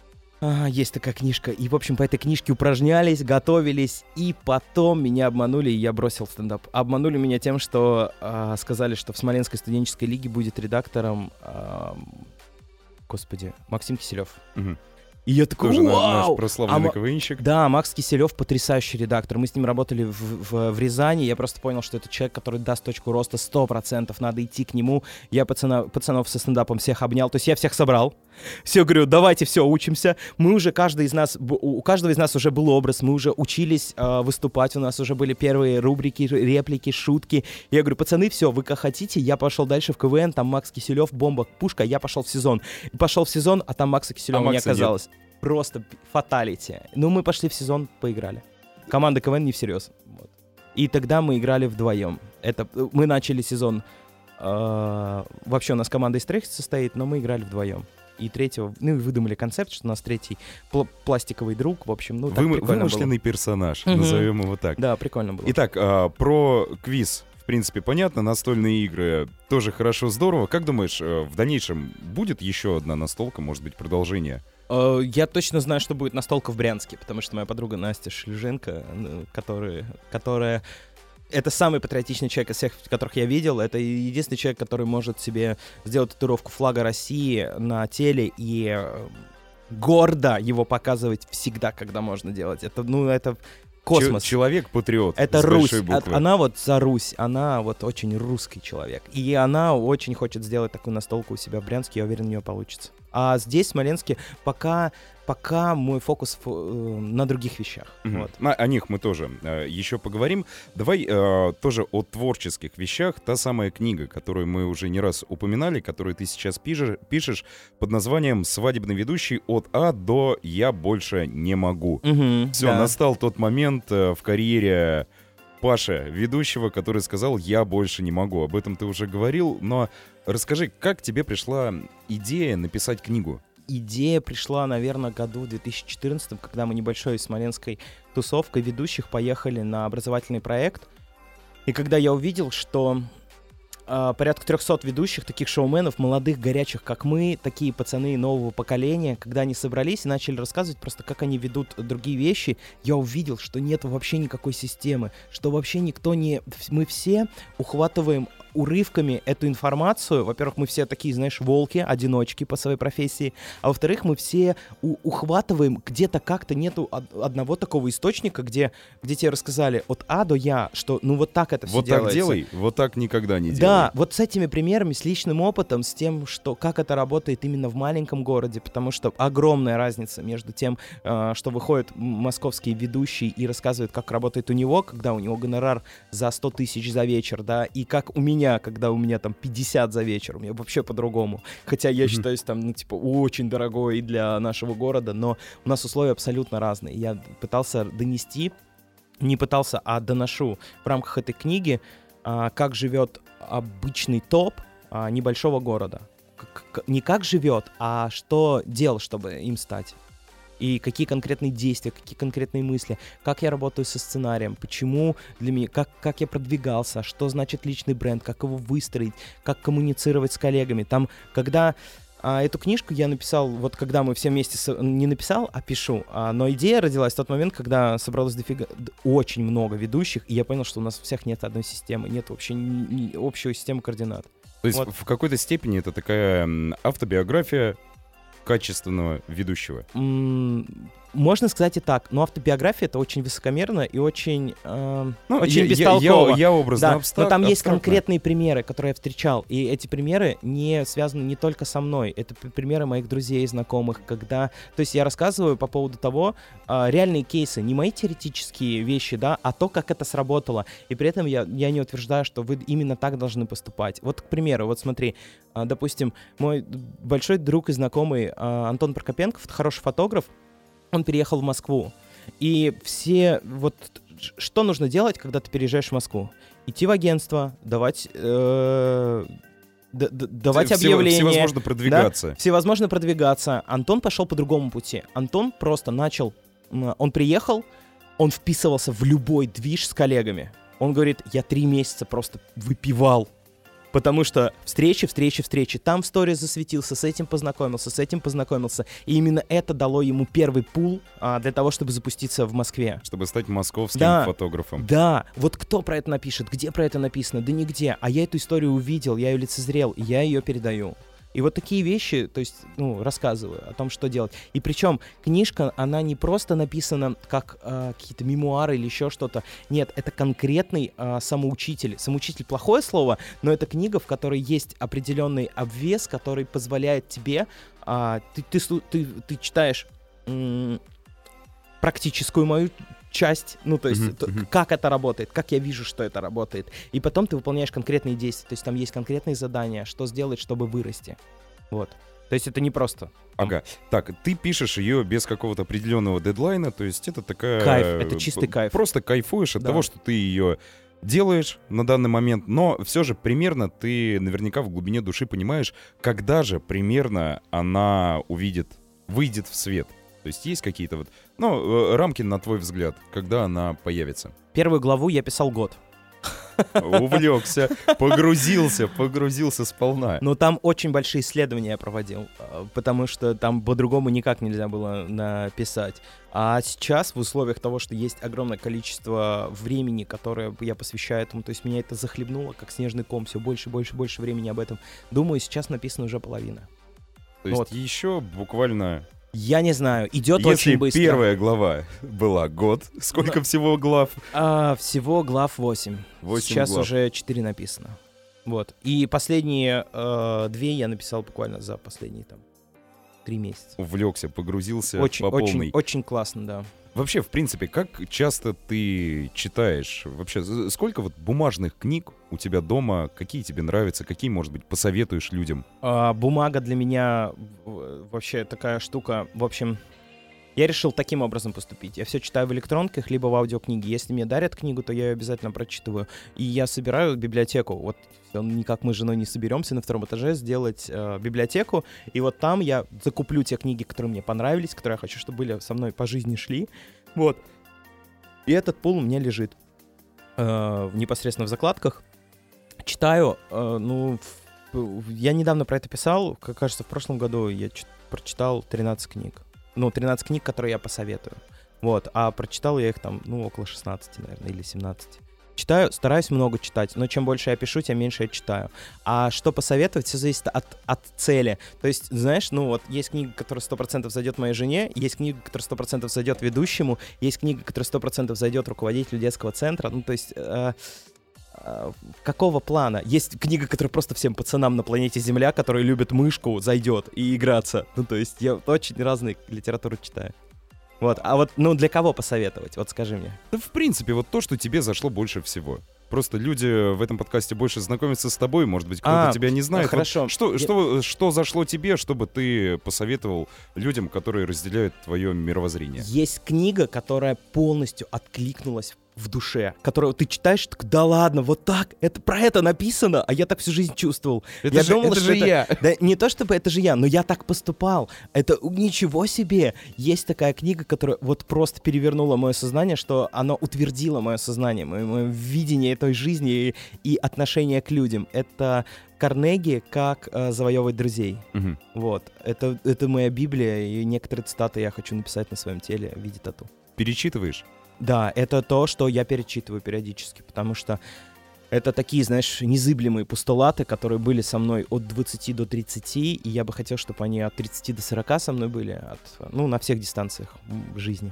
А, есть такая книжка. И, в общем, по этой книжке упражнялись, готовились, и потом меня обманули, и я бросил стендап. Обманули меня тем, что а, сказали, что в Смоленской студенческой лиге будет редактором, а, господи, Максим Киселев. Мгм. И я такой: Тоже на- вау! наш прославленный А ма- КВНщик. Да, Макс Киселев потрясающий редактор. Мы с ним работали в, в, в Рязани. Я просто понял, что это человек, который даст точку роста сто процентов. Надо идти к нему. Я пацана, пацанов со стендапом всех обнял. То есть я всех собрал. Все, говорю: давайте, все, учимся. Мы уже, каждый из нас, б- у каждого из нас уже был образ. Мы уже учились э, выступать. У нас уже были первые рубрики, реплики, шутки. Я говорю: пацаны, все, вы как хотите. Я пошел дальше в КВН. Там Макс Киселев, бомба, пушка. Я пошел в сезон. И пошел в сезон, а там Макса Киселева А не Макса нет. оказалось. Просто фаталити. Ну, мы пошли в сезон, поиграли. Команда КВН не всерьез. Вот. И тогда мы играли вдвоем. Это, мы начали сезон... Э, вообще у нас команда из трех состоит, но мы играли вдвоем. И третьего... Ну, и выдумали концепт, что у нас третий пл- пластиковый друг. В общем, ну, так Вы, прикольно вымышленный было. персонаж, Мгм. назовем его так. Да, прикольно было. Итак, а, про квиз. В принципе, понятно, настольные игры тоже хорошо, здорово. Как думаешь, э, в дальнейшем будет еще одна настолка, может быть, продолжение? Э, Я точно знаю, что будет настолка в Брянске, потому что моя подруга Настя Шлюженко, ну, который, которая... Это самый патриотичный человек из всех, которых я видел. Это единственный человек, который может себе сделать татуировку флага России на теле и э, гордо его показывать всегда, когда можно делать. Это, ну, это космос. Ч- Человек-патриот. Это с Русь. большой От- буквы. она вот за Русь. Она вот очень русский человек. И она очень хочет сделать такую настолку у себя в Брянске. Я уверен, у нее получится. А здесь, в Смоленске, пока, пока мой фокус фо- э, на других вещах. Мгм. Вот. На- о них мы тоже э, еще поговорим. Давай э, тоже о творческих вещах. Та самая книга, которую мы уже не раз упоминали, которую ты сейчас пишешь, пишешь под названием «Свадебный ведущий от А до Я больше не могу». Мгм, Все, да. настал тот момент э, в карьере Паши, ведущего, который сказал «Я больше не могу». Об этом ты уже говорил, но расскажи, как тебе пришла идея написать книгу? Идея пришла, наверное, году в две тысячи четырнадцатом, когда мы небольшой смоленской тусовкой ведущих поехали на образовательный проект. И когда я увидел, что а, порядка трехсот ведущих, таких шоуменов, молодых, горячих, как мы, такие пацаны нового поколения, когда они собрались и начали рассказывать просто, как они ведут другие вещи, я увидел, что нет вообще никакой системы, что вообще никто не... Мы все ухватываем урывками эту информацию. Во-первых, мы все такие, знаешь, волки, одиночки по своей профессии, а во-вторых, мы все у- ухватываем, где-то как-то нету од- одного такого источника, где, где тебе рассказали от А до Я, что ну вот так это все Вот делается. так делай, вот так никогда не делай. Да, вот с этими примерами, с личным опытом, с тем, что как это работает именно в маленьком городе, потому что огромная разница между тем, э, что выходит м- московский ведущий и рассказывает, как работает у него, когда у него гонорар за сто тысяч за вечер, да, и как у меня, когда у меня там пятьдесят за вечер, у меня вообще по-другому. Хотя я Мгм. считаюсь там, ну, типа, очень дорогой для нашего города, но у нас условия абсолютно разные. Я пытался донести, не пытался, а доношу в рамках этой книги, а, как живет обычный топ а, небольшого города. К- к- не как живет, а что делал, чтобы им стать. И какие конкретные действия, какие конкретные мысли, как я работаю со сценарием, почему для меня, как, как я продвигался, что значит личный бренд, как его выстроить, как коммуницировать с коллегами. Там, когда а, эту книжку я написал, вот когда мы все вместе, со- не написал, а пишу, а, но идея родилась в тот момент, когда собралось дофига, д- очень много ведущих, и я понял, что у нас у всех нет одной системы, нет вообще ни- ни общей системы координат. То есть Вот. в какой-то степени это такая м, автобиография качественного ведущего. М, Можно сказать и так, но автобиография — это очень высокомерно и очень, э, Ну, очень я, я- бестолково. я- я образно Да, абстрак- но там есть абстрактно. конкретные примеры, которые я встречал, и эти примеры не связаны не только со мной, это п- примеры моих друзей и знакомых, когда, то есть я рассказываю по поводу того, а, реальные кейсы, не мои теоретические вещи, да, а то, как это сработало, и при этом я, я не утверждаю, что вы именно так должны поступать. Вот, к примеру, вот смотри, а, допустим, мой большой друг и знакомый а, Антон Прокопенков, это хороший фотограф, он переехал в Москву, и все, вот, ш- что нужно делать, когда ты переезжаешь в Москву? Идти в агентство, давать, э, д- д- давать Все- объявления. Всевозможно продвигаться. Всевозможно продвигаться. Антон пошел по другому пути. Антон просто начал, м, он приехал, он вписывался в любой движ с коллегами. Он говорит, я три месяца просто выпивал. Потому что встречи, встречи, встречи. Там в сторис засветился, с этим познакомился, с этим познакомился. И именно это дало ему первый пул а, для того, чтобы запуститься в Москве. Чтобы стать московским Да. фотографом. Да, вот кто про это напишет, где про это написано, да нигде. А я эту историю увидел, я ее лицезрел, и я ее передаю. И вот такие вещи, то есть, ну, рассказываю о том, что делать. И причем книжка, она не просто написана как э, какие-то мемуары или еще что-то. Нет, это конкретный э, самоучитель. Самоучитель — плохое слово, но это книга, в которой есть определенный обвес, который позволяет тебе... э, ты, ты, слу- ты, ты читаешь м, практическую мою часть, ну, то есть, Мгм, то- мгм. как это работает, как я вижу, что это работает. И потом ты выполняешь конкретные действия, то есть там есть конкретные задания, что сделать, чтобы вырасти. Вот. То есть это не просто. Ага. Так, ты пишешь ее без какого-то определенного дедлайна, то есть это такая... Кайф, это чистый кайф. Просто кайфуешь от Да. того, что ты ее делаешь на данный момент, но все же примерно ты наверняка в глубине души понимаешь, когда же примерно она увидит, выйдет в свет. То есть есть какие-то вот, ну, э, рамки, на твой взгляд, когда она появится? Первую главу я писал год. Увлекся, погрузился, погрузился сполна. Но там очень большие исследования я проводил, а, потому что там по-другому никак нельзя было написать. А сейчас в условиях того, что есть огромное количество времени, которое я посвящаю этому, то есть меня это захлебнуло, как снежный ком, все больше, больше, больше времени об этом. Думаю, сейчас написана уже половина. То есть Вот. еще буквально... Я не знаю, идет Если очень быстро. первая глава была год, сколько Но- всего глав? А, всего глав восемь. Восемь Сейчас глав. уже четыре написано. Вот. И последние э, две я написал буквально за последние там три месяца. Увлекся, погрузился Очень, по полной. очень, очень классно, да. Вообще, в принципе, как часто ты читаешь? Вообще, з- сколько вот бумажных книг у тебя дома? Какие тебе нравятся? Какие, может быть, посоветуешь людям? А, бумага для меня в- вообще такая штука. В общем, я решил таким образом поступить. Я все читаю в электронках, либо в аудиокниге. Если мне дарят книгу, то я ее обязательно прочитываю. И я собираю библиотеку. Вот всё, никак мы с женой не соберемся на втором этаже сделать э, библиотеку. И вот там я закуплю те книги, которые мне понравились, которые я хочу, чтобы были со мной по жизни шли. Вот. И этот пул у меня лежит э, непосредственно в закладках. Читаю, э, ну, в- я недавно про это писал, как кажется, в прошлом году я чит- прочитал тринадцать книг. Ну, тринадцать книг, которые я посоветую. Вот, а прочитал я их там, ну, около шестнадцати, наверное, или семнадцати. Читаю, стараюсь много читать, но чем больше я пишу, тем меньше я читаю. А что посоветовать, все зависит от, от цели. То есть, знаешь, ну вот есть книга, которая сто процентов зайдет моей жене, есть книга, которая сто процентов зайдет ведущему, есть книга, которая сто процентов зайдет руководителю детского центра. Ну, то есть... Э, э, какого плана? Есть книга, которая просто всем пацанам на планете Земля, которые любят мышку, зайдет и играться. Ну, то есть я очень разные литературу читаю. Вот, а вот, ну, для кого посоветовать? Вот скажи мне. Да, в принципе, вот то, что тебе зашло больше всего. Просто люди в этом подкасте больше знакомятся с тобой, может быть, кто-то А, тебя не знает. а, хорошо. Вот что, Я- что, что зашло тебе, чтобы ты посоветовал людям, которые разделяют твое мировоззрение? Есть книга, которая полностью откликнулась в душе, которую ты читаешь, так, да ладно, вот так, это про это написано, а я так всю жизнь чувствовал. Это я же, думал, это что же это- я. Да не то чтобы это же я, но я так поступал. Это ничего себе. Есть такая книга, которая вот просто перевернула мое сознание, что она утвердила мое сознание, мое, мое видение той жизни и, и отношение к людям. Это Карнеги «Как э, завоевывать друзей». Мгм. Вот. Это, это моя Библия, и некоторые цитаты я хочу написать на своем теле в виде тату. Перечитываешь? Да, это то, что я перечитываю периодически, потому что это такие, знаешь, незыблемые постулаты, которые были со мной от двадцати до тридцати, и я бы хотел, чтобы они от тридцати до сорока со мной были, от, ну, на всех дистанциях м, жизни.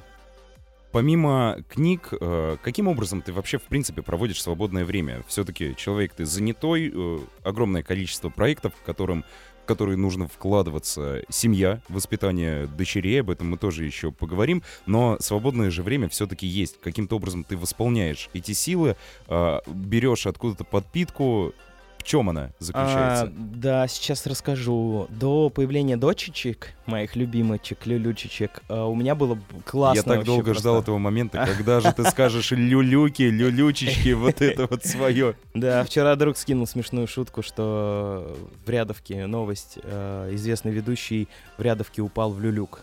Помимо книг, э, каким образом ты вообще, в принципе, проводишь свободное время? Все-таки человек ты занятой, э, огромное количество проектов, в которым, в которые нужно вкладываться, семья, воспитание дочерей, об этом мы тоже еще поговорим, но свободное же время все-таки есть. Каким-то образом ты восполняешь эти силы, э, берешь откуда-то подпитку. В чем она заключается? А, да, сейчас расскажу. До появления дочечек, моих любимочек, люлючечек, а, у меня было б- классно. Я так вообще долго просто. ждал этого момента, когда же ты скажешь люлюки, люлючечки, вот это вот свое. Да, вчера друг скинул смешную шутку, что в Рядовке новость, э, известный ведущий в Рядовке упал в люлюк.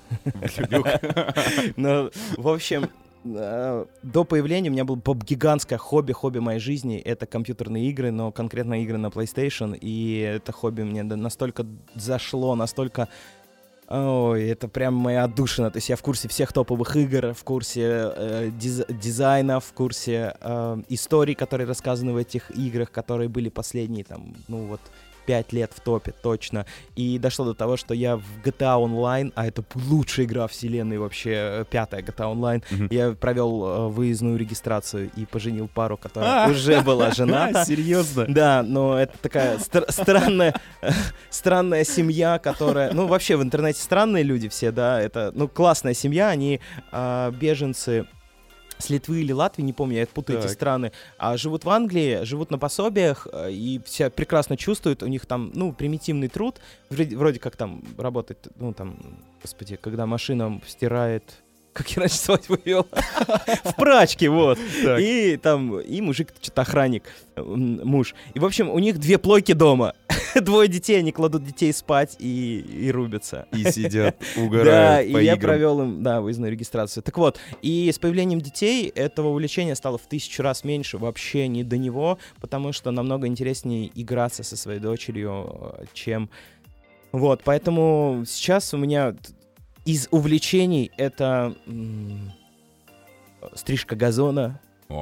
Ну, в общем, э, до появления у меня было б- гигантское хобби, хобби моей жизни. Это компьютерные игры, но конкретно игры на PlayStation. И это хобби мне да- настолько зашло, настолько... Ой, это прям моя отдушина. То есть я в курсе всех топовых игр, в курсе э, диз- дизайна, в курсе э, историй, которые рассказаны в этих играх, которые были последние, там, ну вот, пять лет в топе, точно. И дошло до того, что я в джи ти эй Online, а это лучшая игра вселенной вообще, э, пятая джи ти эй Online, Мгм. я провел э, выездную регистрацию и поженил пару, которая уже была жената. Серьезно? Да, но это такая стр- странная, странная семья, которая... Ну, вообще в интернете странные люди все, да, это, ну, классная семья, они а, беженцы с Литвы или Латвии, не помню, я путаю эти Так. страны, а живут в Англии, живут на пособиях э, и все прекрасно чувствуют, у них там, ну, примитивный труд, вроде, вроде как там работает, ну, там, господи, когда машина стирает, как я раньше свадьбу вел, в прачке, вот, Так. и там, и мужик, что-то охранник, м, муж, и, в общем, у них две плойки дома, двое детей, они кладут детей спать и, и рубятся. И сидят, Да, угорают по и я играм. провел им, да, выездную регистрацию. Так вот, и с появлением детей этого увлечения стало в тысячу раз меньше, вообще не до него, потому что намного интереснее играться со своей дочерью, э, чем... Вот, поэтому сейчас у меня т- из увлечений это м, стрижка газона,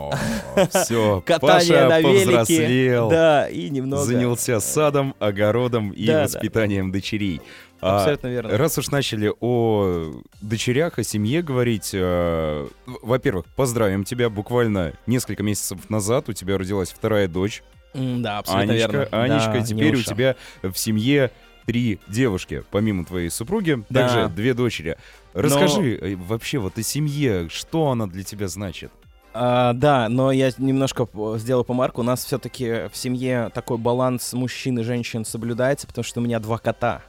Все, катание Паша на велике, повзрослел, да, и немного... занялся садом, огородом и Да, да. воспитанием дочерей. А, Абсолютно верно. Раз уж начали о дочерях, о семье говорить, э, во-первых, поздравим тебя. Буквально несколько месяцев назад у тебя родилась вторая дочь, М, Да, абсолютно Анечка. верно. Анечка, Да, теперь у Нюша. тебя в семье три девушки, помимо твоей супруги, Да. также две дочери. Расскажи э, вообще вот о семье, что она для тебя значит? А, да, но я немножко п- сделал помарку. У нас все-таки в семье такой баланс мужчин и женщин соблюдается, потому что у меня два кота.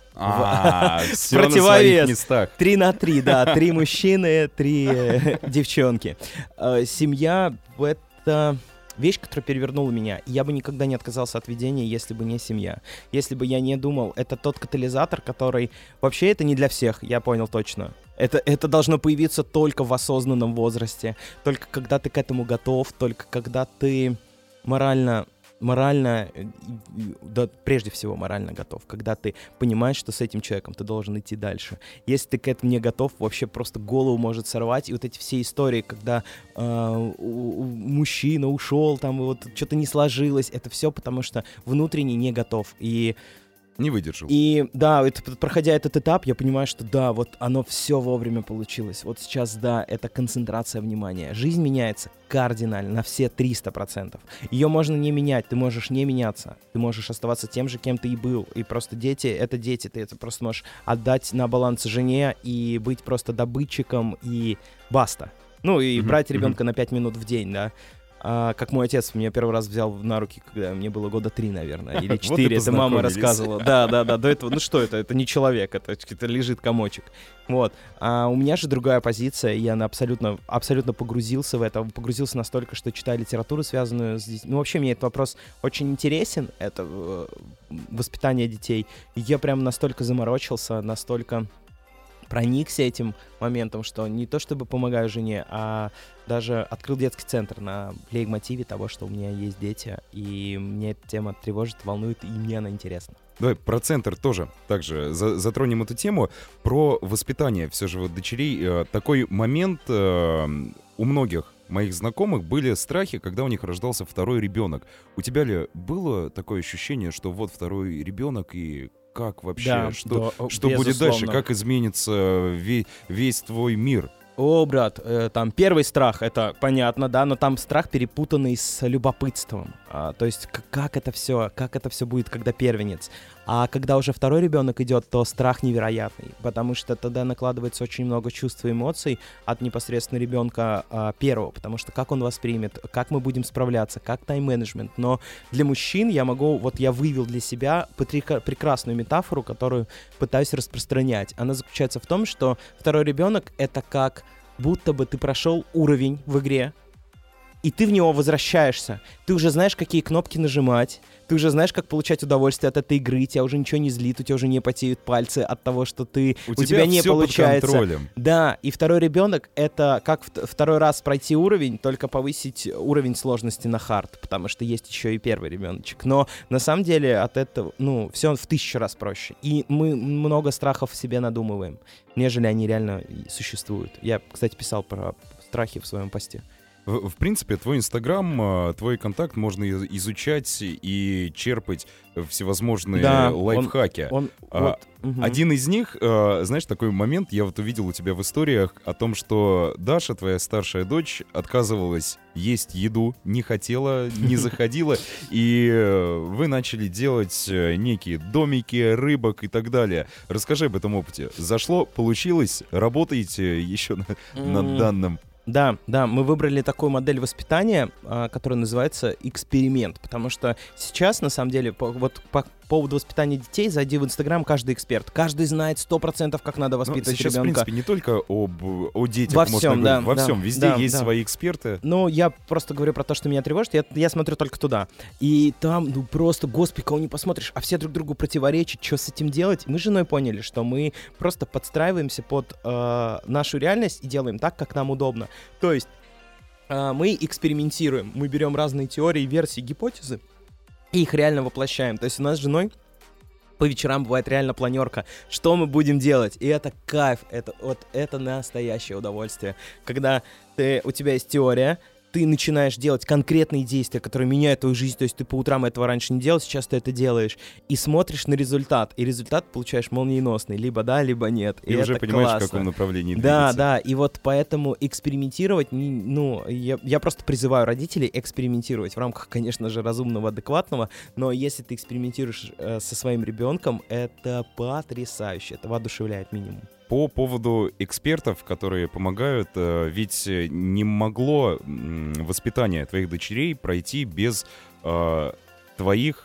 А, все на Противовес. своих местах. Три на три, да. Три мужчины, три э, девчонки. А, Семья — это вещь, которая перевернула меня. И я бы никогда не отказался от ведения, если бы не семья. Если бы я не думал, это тот катализатор, который... Вообще это не для всех, я понял точно. Это, это должно появиться только в осознанном возрасте. Только когда ты к этому готов, только когда ты морально... Морально, э, и- да, прежде всего морально готов, когда ты понимаешь, что с этим человеком ты должен идти дальше. Если ты к этому не готов, вообще просто голову может сорвать. И вот эти все истории, когда э, у- у- мужчина ушел, там и вот что-то не сложилось, это все потому, что внутренне не готов. И Не выдержал. и да, это, п- проходя этот этап, я понимаю, что да, вот оно все вовремя получилось. Вот сейчас, да, это концентрация внимания. Жизнь меняется кардинально, на все триста процентов. Ее можно не менять, ты можешь не меняться. Ты можешь оставаться тем же, кем ты и был. И просто дети — это дети. Ты это просто можешь отдать на баланс жене и быть просто добытчиком и баста. Ну и Мгм, брать мгм. ребенка на пять минут в день, да. А, как мой отец меня первый раз взял на руки, когда мне было года три, наверное, или Вот и четыре. Это мама познакомились. рассказывала. Да, да, да. До этого, ну что это? Это не человек, это, это лежит комочек. Вот. А у меня же другая позиция. Я на абсолютно, абсолютно погрузился в это. Погрузился настолько, что читаю литературу, связанную с детьми. Ну, вообще, мне этот вопрос очень интересен. Это э, воспитание детей. И я прям настолько заморочился, настолько проникся этим моментом, что не то чтобы помогаю жене, а даже открыл детский центр на лейтмотиве того, что у меня есть дети, и мне эта тема тревожит, волнует, и мне она интересна. Давай про центр тоже также за- затронем эту тему. Про воспитание все же вот дочерей. Э, Такой момент э, у многих моих знакомых были страхи, когда у них рождался второй ребенок. У тебя ли было такое ощущение, что вот второй ребенок и как вообще, Да, что, да, что будет безусловно. дальше, как изменится ве- весь твой мир? О, брат, э, там первый страх, это понятно, да, но там страх перепутанный с любопытством. А, то есть к- как это все, как это все будет, когда первенец. А когда уже второй ребенок идет, то страх невероятный, потому что тогда накладывается очень много чувств и эмоций от непосредственно ребенка а, первого, потому что как он воспримет, как мы будем справляться, как тайм-менеджмент. Но для мужчин я могу, вот я вывел для себя прекрасную прекрасную метафору, которую пытаюсь распространять. Она заключается в том, что второй ребенок — это как будто бы ты прошел уровень в игре, и ты в него возвращаешься. Ты уже знаешь, какие кнопки нажимать, ты уже знаешь, как получать удовольствие от этой игры, тебя уже ничего не злит, у тебя уже не потеют пальцы от того, что ты, У, у тебя не всё под получается. контролем. Да, и второй ребенок — это как вт- второй раз пройти уровень, только повысить уровень сложности на хард, потому что есть еще и первый ребеночек. Но на самом деле от этого, ну, все в тысячу раз проще. И мы много страхов в себе надумываем, нежели они реально и существуют. Я, кстати, писал про страхи в своем посте. В, в принципе, твой Инстаграм, э, твой контакт можно и- изучать и черпать всевозможные Да, он- лайфхаки. Он, А, вот, мгм. Один из них, э, знаешь, такой момент я вот увидел у тебя в историях о том, что Даша, твоя старшая дочь, отказывалась есть еду, не хотела, не заходила, и э, вы начали делать э, некие домики, рыбок и так далее. Расскажи об этом опыте. Зашло, получилось, работаете еще на, на М. данном Да, да, мы выбрали такую модель воспитания, а, которая называется эксперимент, потому что сейчас, на самом деле, по, вот по поводу воспитания детей, зайди в Инстаграм, каждый эксперт, каждый знает сто процентов, как надо воспитывать сейчас, ребенка. в принципе, не только об, о детях во можно всем, говорить, да, во да, всем, везде да, есть да. свои эксперты. Ну, я просто говорю про то, что меня тревожит, я, я смотрю только туда. И там, ну, просто, господи, кого не посмотришь, а все друг другу противоречат, что с этим делать. Мы с женой поняли, что мы просто подстраиваемся под э, нашу реальность и делаем так, как нам удобно. То есть э, мы экспериментируем, мы берем разные теории, версии, гипотезы и их реально воплощаем. То есть у нас с женой по вечерам бывает реально планерка. Что мы будем делать? И это кайф, это, вот, это настоящее удовольствие. Когда ты, у тебя есть теория, ты начинаешь делать конкретные действия, которые меняют твою жизнь, то есть ты по утрам этого раньше не делал, сейчас ты это делаешь, и смотришь на результат, и результат получаешь молниеносный, либо да, либо нет. И, и уже понимаешь, классно. В каком направлении да, двигаться. Да, да, и вот поэтому экспериментировать, ну, я, я просто призываю родителей экспериментировать в рамках, конечно же, разумного, адекватного, но если ты экспериментируешь э, со своим ребенком, это потрясающе, это воодушевляет минимум. По поводу экспертов, которые помогают, ведь не могло воспитание твоих дочерей пройти без э, твоих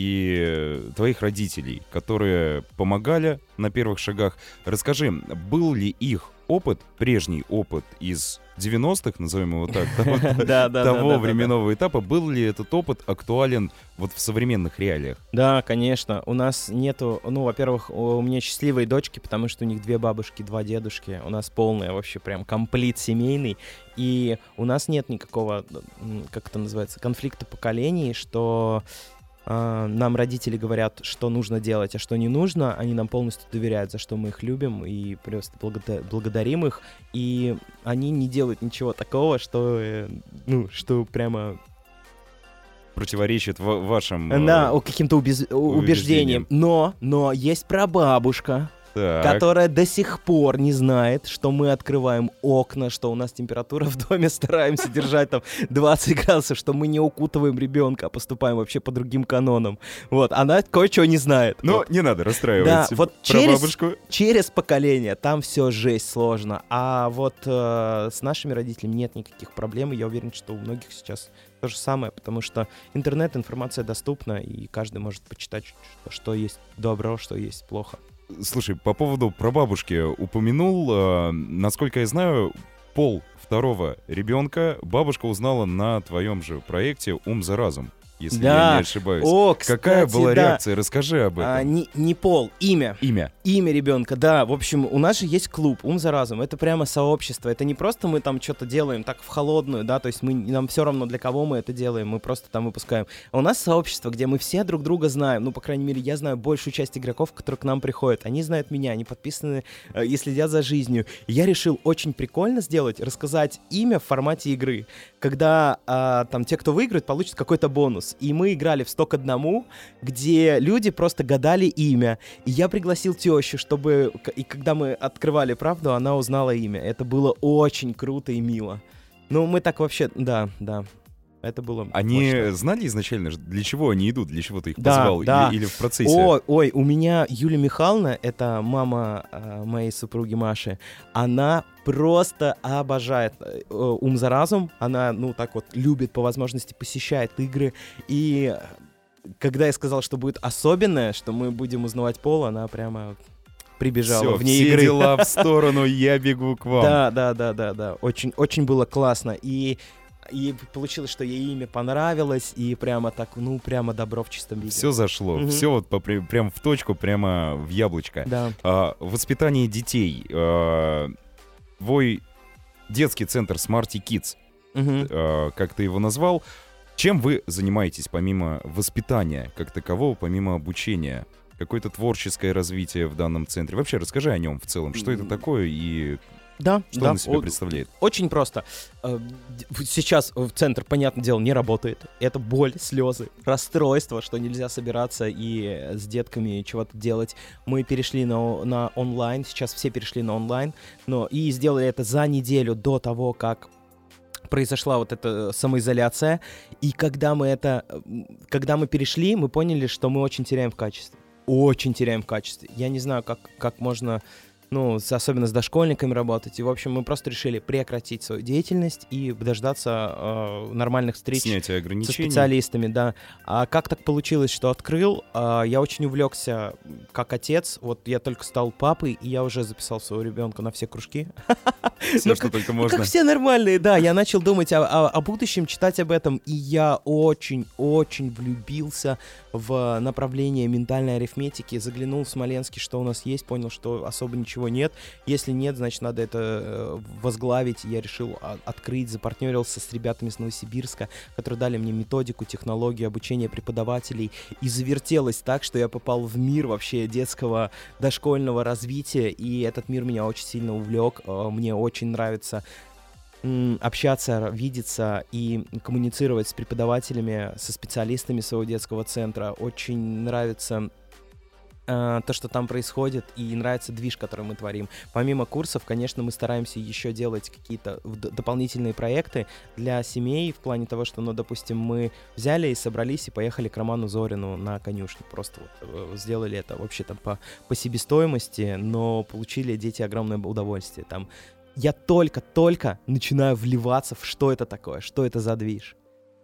и твоих родителей, которые помогали на первых шагах. Расскажи, был ли их опыт, прежний опыт из девяностых, назовем его так, того временного этапа, был ли этот опыт актуален вот в современных реалиях? Да, конечно. У нас нету, ну, во-первых, у меня счастливые дочки, потому что у них две бабушки, два дедушки. У нас полный вообще прям комплит семейный. И у нас нет никакого, как это называется, конфликта поколений, что Uh, нам родители говорят, что нужно делать, а что не нужно. Они нам полностью доверяют, за что мы их любим и просто благодар- благодарим их. И они не делают ничего такого, что, э, ну, что прямо противоречит в- вашим да, э- каким-то убез- убеждениям. убеждениям. Но, но есть прабабушка, так. которая до сих пор не знает, что мы открываем окна, что у нас температура в доме, стараемся держать там двадцать градусов, что мы не укутываем ребенка, а поступаем вообще по другим канонам. Вот, она кое-чего не знает. Но вот. Не надо расстраивать да, вот через, бабушку. Через поколение там все жесть сложно, а вот э, с нашими родителями нет никаких проблем, и я уверен, что у многих сейчас то же самое, потому что интернет, информация доступна, и каждый может почитать, что, что есть добро, что есть плохо. Слушай, по поводу прабабушки упомянул, э, насколько я знаю, пол второго ребенка бабушка узнала на твоем же проекте «Ум за разум», если да. я не ошибаюсь. О, кстати, какая была да. реакция? Расскажи об этом. А, не, не пол, имя. Имя. Имя ребенка, да. В общем, у нас же есть клуб «Ум за разум». Это прямо сообщество. Это не просто мы там что-то делаем так в холодную, да, то есть мы, нам все равно, для кого мы это делаем, мы просто там выпускаем. А у нас сообщество, где мы все друг друга знаем. Ну, по крайней мере, я знаю большую часть игроков, которые к нам приходят. Они знают меня, они подписаны э, и следят за жизнью. И я решил очень прикольно сделать, рассказать имя в формате игры. Когда э, там те, кто выиграет, получат какой-то бонус. И мы играли в сто к одному, где люди просто гадали имя. И я пригласил тещу, чтобы... И когда мы открывали правду, она узнала имя. Это было очень круто и мило. Ну, мы так вообще... Да, да. Это было Они мощно. Знали изначально, для чего они идут, для чего ты их да, позвал? Да. Или, или в процессе? Ой, ой, у меня Юлия Михайловна, это мама э, моей супруги Маши, она просто обожает э, «Ум за разум». Она, ну, так вот, любит по возможности, посещает игры. И когда я сказал, что будет особенное, что мы будем узнавать пол, она прямо... прибежала Всё, вне все игры. дела в сторону, я бегу к вам. Да, да, да, да, да. Очень, очень было классно. И, и получилось, что ей имя понравилось, и прямо так, ну, прямо добро в чистом виде. Все зашло, Мгм. все вот по, прям в точку, прямо в яблочко. Да. А, воспитание детей. А, твой детский центр Smarty Kids, Мгм. а, как ты его назвал, чем вы занимаетесь помимо воспитания как такового, помимо обучения? Какое-то творческое развитие в данном центре? Вообще расскажи о нем в целом. Что это такое и Да, что да. он из себя О- представляет? Очень просто. Э, д- Сейчас в центр, понятное дело, не работает. Это боль, слезы, расстройство, что нельзя собираться и с детками чего-то делать. Мы перешли на, на онлайн, сейчас все перешли на онлайн, но и сделали это за неделю до того, как произошла вот эта самоизоляция. И когда мы это, м, когда мы перешли, мы поняли, что мы очень теряем в качестве. Очень теряем в качестве. Я не знаю, как, как можно... ну, с, особенно с дошкольниками работать. И, в общем, мы просто решили прекратить свою деятельность и дождаться э, нормальных встреч Снятие со ограничений. специалистами, да. А как так получилось, что открыл? Э, я очень увлекся как отец. Вот я только стал папой, и я уже записал своего ребенка на все кружки. Все, Ну, что как- только Ну, можно. как все нормальные, да. Я начал думать о, о- о будущем, читать об этом, и я очень-очень влюбился в направление ментальной арифметики. Заглянул в Смоленске, что у нас есть, понял, что особо ничего нет. Если нет, значит, надо это э, возглавить. Я решил а, открыть, запартнерился с ребятами из Новосибирска, которые дали мне методику, технологию обучения преподавателей. И завертелось так, что я попал в мир вообще детского дошкольного развития, и этот мир меня очень сильно увлек. Э, Мне очень нравится м, общаться, видеться и коммуницировать с преподавателями, со специалистами своего детского центра. Очень нравится э, то, что там происходит, и нравится движ, который мы творим. Помимо курсов, конечно, мы стараемся еще делать какие-то д- дополнительные проекты для семей, в плане того, что, ну, допустим, мы взяли и собрались и поехали к Роману Зорину на конюшню. Просто вот, э, сделали это вообще там по, по себестоимости, но получили дети огромное удовольствие. Там я только-только начинаю вливаться в что это такое, что это за движ.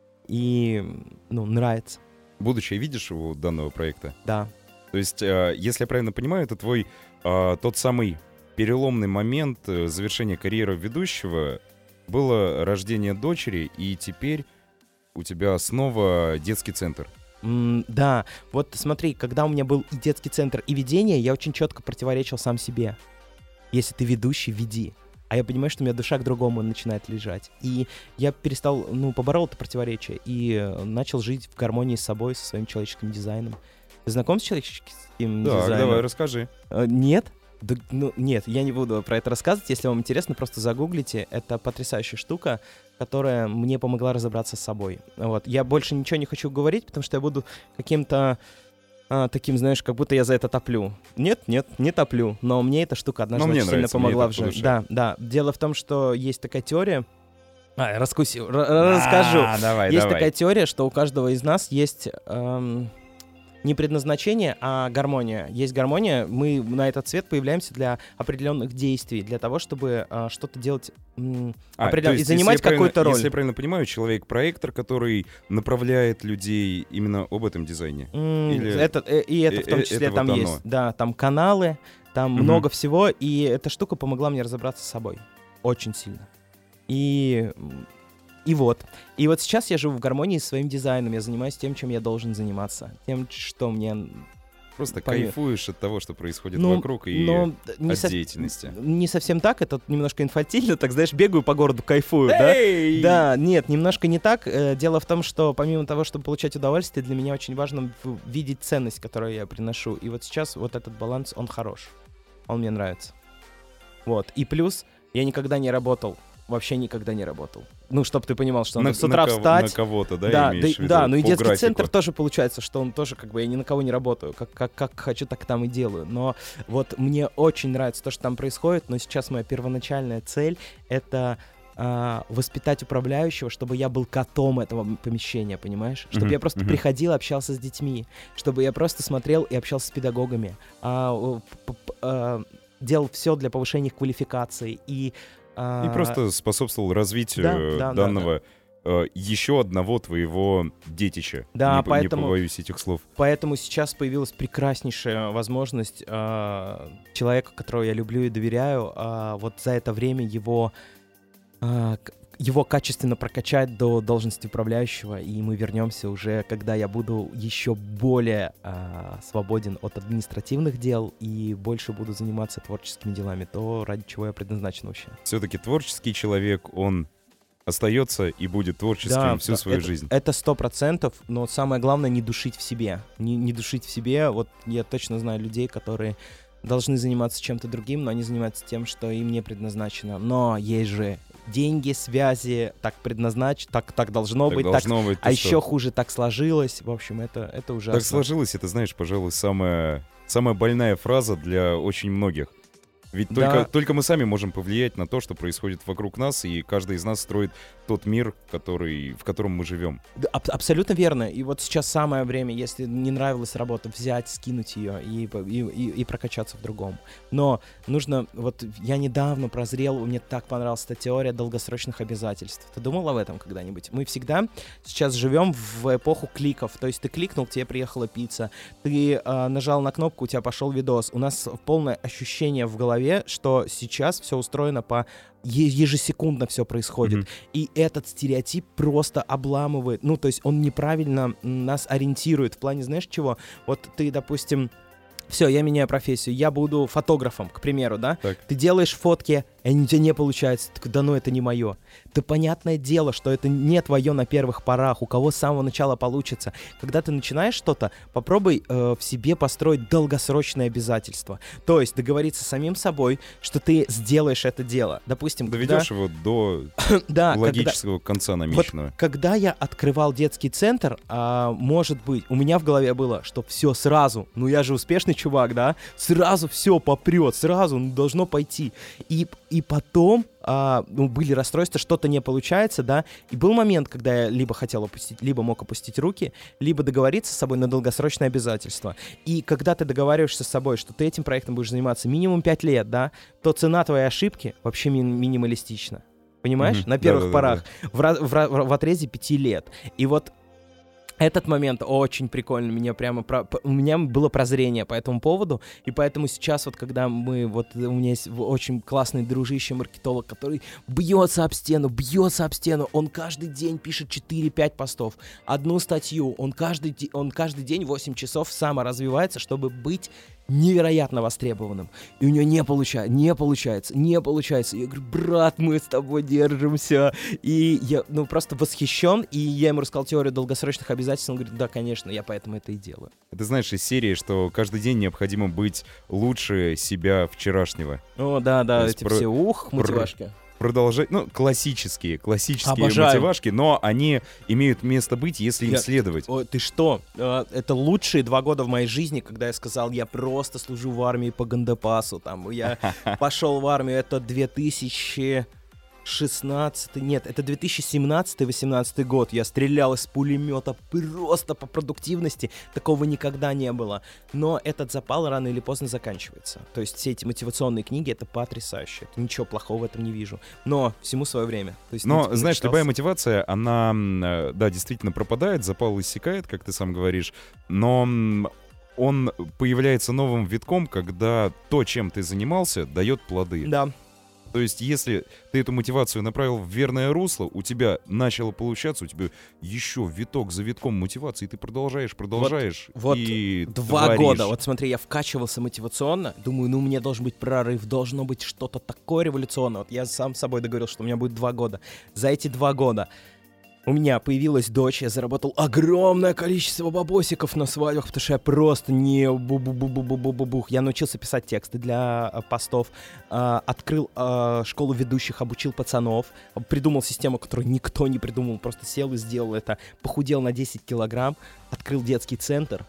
И, ну, нравится, Будущее видишь у данного проекта? да. То есть, э, если я правильно понимаю, это твой э, тот самый переломный момент э, завершения карьеры ведущего было рождение дочери, и теперь у тебя снова детский центр. М, да, вот смотри, когда у меня был и детский центр, и ведение, я очень четко противоречил сам себе. Если ты ведущий, веди. А я понимаю, что у меня душа к другому начинает лежать. И я перестал, ну, поборол это противоречие и э, начал жить в гармонии с собой, со своим человеческим дизайном. Ты знаком с человеческим Так, дизайном? давай, расскажи. Э, Нет? Да, ну, нет, я не буду про это рассказывать. Если вам интересно, просто загуглите. Это потрясающая штука, которая мне помогла разобраться с собой. Вот. Я больше ничего не хочу говорить, потому что я буду каким-то а, таким, знаешь, как будто я за это топлю. Нет, нет, не топлю. Но мне эта штука однажды Но мне очень сильно нравится, мне помогла это в по жизни. душе. Да, да. Дело в том, что есть такая теория. А, я раскусил, р- р- расскажу. А, давай, Есть давай. такая теория, что у каждого из нас есть эм, не предназначение, а гармония. Есть гармония, мы на этот свет появляемся для определенных действий, для того, чтобы э, что-то делать м, А, определен- то и есть, занимать если я какую-то правильно- роль. Если я правильно понимаю, человек-проектор, который направляет людей именно об этом дизайне. М, или- это, э, и это в э, том э, числе это там вот есть. оно. Да, там каналы, там Мгм. много всего, и эта штука помогла мне разобраться с собой. Очень сильно. И, м, и вот. И вот сейчас я живу в гармонии с своим дизайном, я занимаюсь тем, чем я должен заниматься. Тем, что мне... Просто Понятно. кайфуешь от того, что происходит Ну, вокруг, и но не, от сов- деятельности. не совсем так, это немножко инфантильно, так, знаешь, бегаю по городу, кайфую, да? Да, нет, немножко не так. Э, Дело в том, что помимо того, чтобы получать удовольствие, для меня очень важно в- видеть ценность, которую я приношу. И вот сейчас вот этот баланс, он хорош. Он мне нравится. Вот. И плюс я никогда не работал. Вообще никогда не работал. Ну, чтобы ты понимал, что надо На- с утра на кого- встать. На кого-то, да, Да, имеешь да, в виду, да, ну и по детский графику. центр тоже получается, что он тоже как бы я ни на кого не работаю, как, как, как хочу, так там и делаю. Но вот мне очень нравится то, что там происходит, но сейчас моя первоначальная цель — это а, воспитать управляющего, чтобы я был котом этого м- помещения, понимаешь? Чтобы Мгм, я просто мгм. приходил, общался с детьми, чтобы я просто смотрел и общался с педагогами, а, о, п- п- а, делал все для повышения их квалификации и а, И просто способствовал развитию Да, э, да, да, данного э, еще одного твоего детища. Да, не, по- поэтому- не побоюсь этих слов. Поэтому сейчас появилась прекраснейшая возможность а, человека, которого я люблю и доверяю, а, вот за это время его, а, к- его качественно прокачать до должности управляющего, и мы вернемся уже, когда я буду еще более а, свободен от административных дел и больше буду заниматься творческими делами, то ради чего я предназначен вообще. Все-таки творческий человек, он остается и будет творческим Да, всю да, свою это, жизнь. Это сто процентов, но самое главное не душить в себе. Не, не душить в себе. Вот я точно знаю людей, которые должны заниматься чем-то другим, но они занимаются тем, что им не предназначено. Но есть же деньги, связи, так предназначено, так, так должно Так быть, должно так, быть. а ты что? еще хуже так сложилось. В общем, это, это ужасно. Так сложилось, это, знаешь, пожалуй, самая, самая больная фраза для очень многих. Ведь Да. только, только мы сами можем повлиять на то, что происходит вокруг нас, и каждый из нас строит тот мир, который, в котором мы живем. Да, аб- абсолютно верно. И вот сейчас самое время, если не нравилась работа, взять, скинуть ее и, по- и, и, и прокачаться в другом. Но нужно, вот я недавно прозрел, мне так понравилась эта теория долгосрочных обязательств. Ты думал об этом когда-нибудь? Мы всегда сейчас живем в эпоху кликов. То есть ты кликнул, к тебе приехала пицца, ты э, нажал на кнопку, у тебя пошел видос. У нас полное ощущение в голове, что сейчас все устроено по е- ежесекундно все происходит. Мгм. И этот стереотип просто обламывает. Ну, то есть он неправильно м, нас ориентирует в плане, знаешь, чего? Вот ты, допустим, все, я меняю профессию, я буду фотографом, к примеру, да? Так. Ты делаешь фотки, и они у тебя не получаются. Ты такой, да ну, это не мое. Да понятное дело, что это не твое на первых порах, у кого с самого начала получится. Когда ты начинаешь что-то, попробуй э, в себе построить долгосрочные обязательства. То есть договориться с самим собой, что ты сделаешь это дело. Допустим, Доведешь его до когда... да, когда- логического конца намеченного. Когда я открывал детский центр, а, может быть, у меня в голове было, что все сразу, ну я же успешный чувак, да, сразу все попрет, сразу ну, должно пойти. И, и потом а, ну, были расстройства, что-то не получается, да, и был момент, когда я либо хотел опустить, либо мог опустить руки, либо договориться с собой на долгосрочные обязательства. И когда ты договариваешься с собой, что ты этим проектом будешь заниматься минимум пять лет, да, то цена твоей ошибки вообще ми- минималистична. Понимаешь? Мгм. На первых Да-да-да-да. порах. В, раз- в, ра- в отрезе пяти лет. И вот этот момент очень прикольно, меня прямо про- п- у меня было прозрение по этому поводу, и поэтому сейчас вот когда мы, вот у меня есть в- очень классный дружище-маркетолог, который бьется об стену, бьется об стену, он каждый день пишет четыре-пять постов, одну статью, он каждый, де- он каждый день восемь часов саморазвивается, чтобы быть невероятно востребованным. И у него не получается, не получается, не получается. Я говорю, брат, мы с тобой держимся. И я, ну, просто восхищен, и я ему рассказал теорию долгосрочных обязательств, он говорит, да, конечно, я поэтому это и делаю. Ты знаешь, из серии, что каждый день необходимо быть лучше себя вчерашнего. О, да, да, То есть эти про- все, ух, мотивашки. Продолжать, ну, классические, классические Обожаю. мотивашки, но они имеют место быть, если им Я- следовать. Ой, ты что? Э, Это лучшие два года в моей жизни, когда я сказал, я просто служу в армии по Гандапасу. Там я пошел в армию, это две тысячи шестнадцатый, нет, это две тысячи семнадцатый восемнадцатый год. Я стрелял из пулемета просто по продуктивности. Такого никогда не было. Но этот запал рано или поздно заканчивается. То есть все эти мотивационные книги, это потрясающе. Ничего плохого в этом не вижу. Но всему свое время. То есть, Но, ну, типа, знаешь, начитался. любая мотивация, она, м, э, да, действительно пропадает, запал иссякает, как ты сам говоришь, но м, он появляется новым витком, когда то, чем ты занимался, дает плоды. Да. То есть, если ты эту мотивацию направил в верное русло, у тебя начало получаться, у тебя еще виток за витком мотивации, и ты продолжаешь, продолжаешь. вот и Два творишь. года. Вот смотри, я вкачивался мотивационно. Думаю, ну, у меня должен быть прорыв, должно быть что-то такое революционное. Вот я сам с собой договорился, что у меня будет два года. За эти два года у меня появилась дочь, я заработал огромное количество бабосиков на свадьбах, потому что я просто не бу-бу-бу-бу-бу-бу-бух. Я научился писать тексты для э, постов, э, открыл э, школу ведущих, обучил пацанов, придумал систему, которую никто не придумал, просто сел и сделал это. Похудел на десять килограмм, открыл детский центр,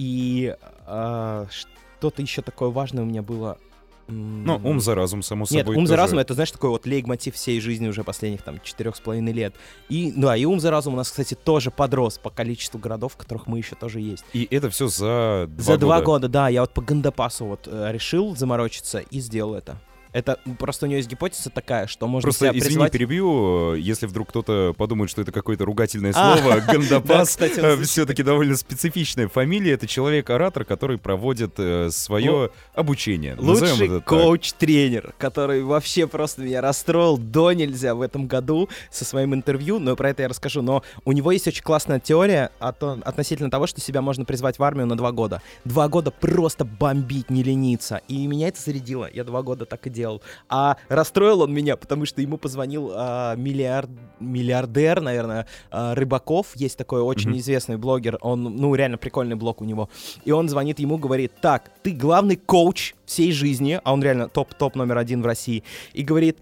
и э, что-то еще такое важное у меня было. м, Ну, ум за разум, само Нет, собой. ум за тоже. разум — это, знаешь, такой вот лейтмотив всей жизни уже последних там четырех с половиной лет. И, да, и ум за разум у нас, кстати, тоже подрос по количеству городов, в которых мы еще тоже есть. И это все за два За года. два года, да, я вот по Гандапасу вот э, решил заморочиться и сделал это. Это просто у нее есть гипотеза такая, что можно Просто, себя извини, призвать... перебью, э, если вдруг кто-то подумает, что это какое-то ругательное А, слово, да, Гандапас кстати, он звучит все-таки довольно специфичная фамилия. Это человек-оратор, который проводит свое обучение. Назовем Лучший это так. коуч-тренер, который вообще просто меня расстроил до нельзя в этом году со своим интервью, но про это я расскажу. Но у него есть очень классная теория о том- относительно того, что себя можно призвать в армию на два года. Два года просто бомбить, не лениться. И меня это зарядило. Я два года так и делал. А расстроил он меня, потому что ему позвонил а, миллиард, миллиардер, наверное, а, Рыбаков. Есть такой очень Мгм. известный блогер. Он, ну, реально прикольный блог у него. И он звонит ему, говорит: так, ты главный коуч всей жизни, а он реально топ-топ номер один в России, и говорит: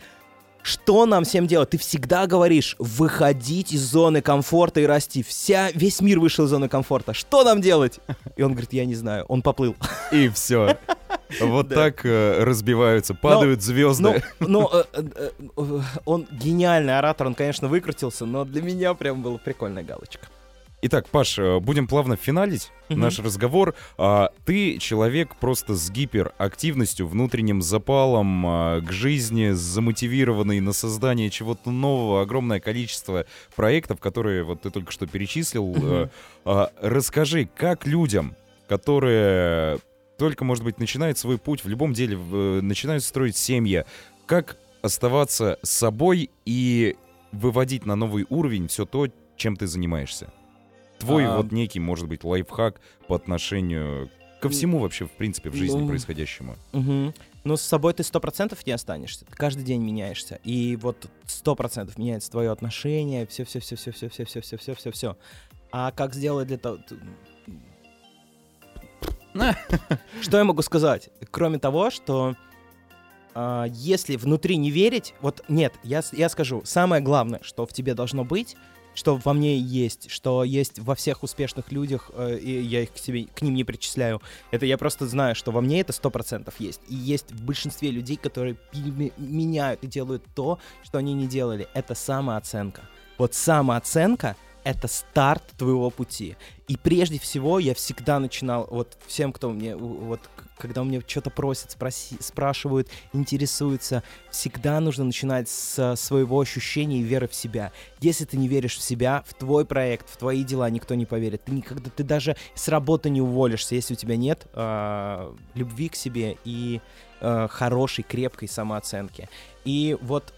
что нам всем делать? Ты всегда говоришь выходить из зоны комфорта и расти. Вся, весь мир вышел из зоны комфорта. Что нам делать? И он говорит: я не знаю. Он поплыл. И все. Вот так разбиваются, падают звезды. Ну, он гениальный оратор, он, конечно, выкрутился, но для меня прям была прикольная галочка. Итак, Паш, будем плавно финалить mm-hmm. наш разговор. А, ты человек просто с гиперактивностью, внутренним запалом а, к жизни, замотивированный на создание чего-то нового, огромное количество проектов, которые вот ты только что перечислил. Mm-hmm. А, а, расскажи, как людям, которые только, может быть, начинают свой путь в любом деле, в, начинают строить семьи, как оставаться собой и выводить на новый уровень все то, чем ты занимаешься? Твой а... вот некий, может быть, лайфхак по отношению ко всему вообще, в принципе, в жизни ну... происходящему. Угу. Ну, с собой ты сто процентов не останешься. Ты каждый день меняешься. И вот сто процентов меняется твое отношение, все-все-все-все-все-все-все-все-все-все. А как сделать для того... Что я могу сказать? Кроме того, что э, если внутри не верить... Вот нет, я, я скажу, самое главное, что в тебе должно быть, что во мне есть, что есть во всех успешных людях, э, и я их к себе, к ним не причисляю. Это я просто знаю, что во мне это сто процентов есть. И есть в большинстве людей, которые меняют и делают то, что они не делали. Это самооценка. Вот самооценка — это старт твоего пути. И прежде всего я всегда начинал, вот всем, кто мне, вот когда у меня что-то просят, спроси, спрашивают, интересуются, всегда нужно начинать с своего ощущения и веры в себя. Если ты не веришь в себя, в твой проект, в твои дела никто не поверит. Ты никогда, ты даже с работы не уволишься, если у тебя нет э, любви к себе и э, хорошей, крепкой самооценки. И вот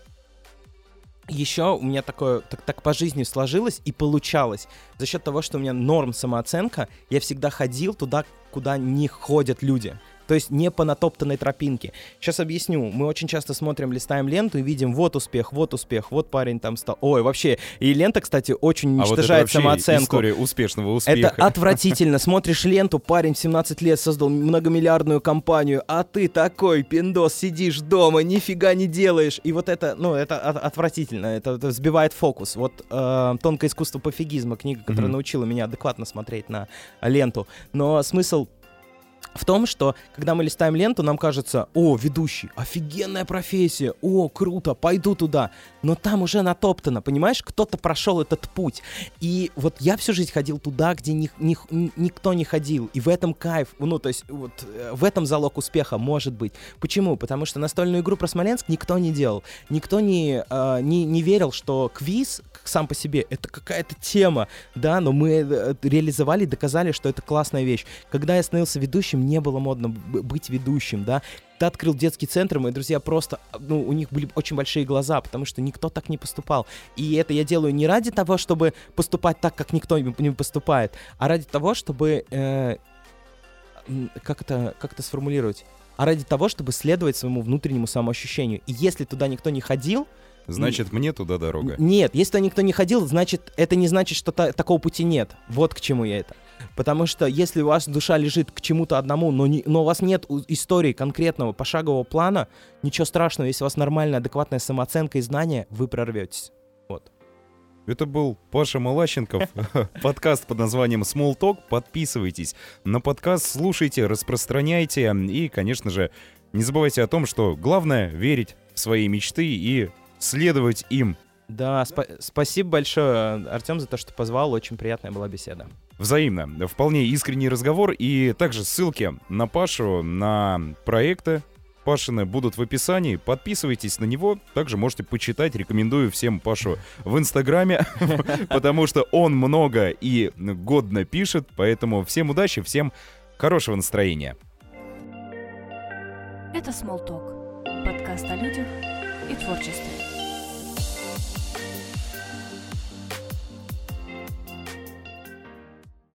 еще у меня такое, так, так по жизни сложилось и получалось. За счет того, что у меня норм самооценка, я всегда ходил туда, куда не ходят люди. То есть не по натоптанной тропинке. Сейчас объясню. Мы очень часто смотрим, листаем ленту и видим, вот успех, вот успех, вот парень там стал. Ой, вообще. И лента, кстати, очень уничтожает а вот самооценку. История успешного успеха. Это отвратительно. Смотришь ленту, парень в семнадцать лет создал многомиллиардную компанию, а ты такой пиндос сидишь дома, нифига не делаешь. И вот это, ну, это отвратительно. Это, это сбивает фокус. Вот э, «Тонкое искусство пофигизма», книга, которая mm-hmm. научила меня адекватно смотреть на ленту. Но смысл в том, что когда мы листаем ленту, нам кажется: о, ведущий, офигенная профессия, о, круто, пойду туда. Но там уже натоптано, понимаешь? Кто-то прошел этот путь. И вот я всю жизнь ходил туда, где ни, ни, никто не ходил. И в этом кайф, ну, то есть вот в этом залог успеха может быть. Почему? Потому что настольную игру про Смоленск никто не делал. Никто не, э, не, не верил, что квиз сам по себе — это какая-то тема, да, но мы реализовали и доказали, что это классная вещь. Когда я становился ведущим, не было модно быть ведущим, да. Ты открыл детский центр, мои друзья просто, ну, у них были очень большие глаза, потому что никто так не поступал. И это я делаю не ради того, чтобы поступать так, как никто не поступает, а ради того, чтобы, э, как это, как это сформулировать, а ради того, чтобы следовать своему внутреннему самоощущению. И если туда никто не ходил, значит, мне туда дорога. Нет, если туда никто не ходил, значит, это не значит, что та- такого пути нет. Вот к чему я это. Потому что если у вас душа лежит к чему-то одному, но, не, но у вас нет истории конкретного пошагового плана, ничего страшного, если у вас нормальная, адекватная самооценка и знания, вы прорветесь. Вот. Это был Паша Малащенков, подкаст под названием Small Talk. Подписывайтесь на подкаст, слушайте, распространяйте. И, конечно же, не забывайте о том, что главное — верить в свои мечты и следовать им. Да, спа- спасибо большое, Артем, за то, что позвал. Очень приятная была беседа. Взаимно. Вполне искренний разговор. И также ссылки на Пашу, на проекты Пашины будут в описании. Подписывайтесь на него. Также можете почитать. Рекомендую всем Пашу в Инстаграме, потому что он много и годно пишет. Поэтому всем удачи, всем хорошего настроения. Это Small Talk. Подкаст о людях и творчестве.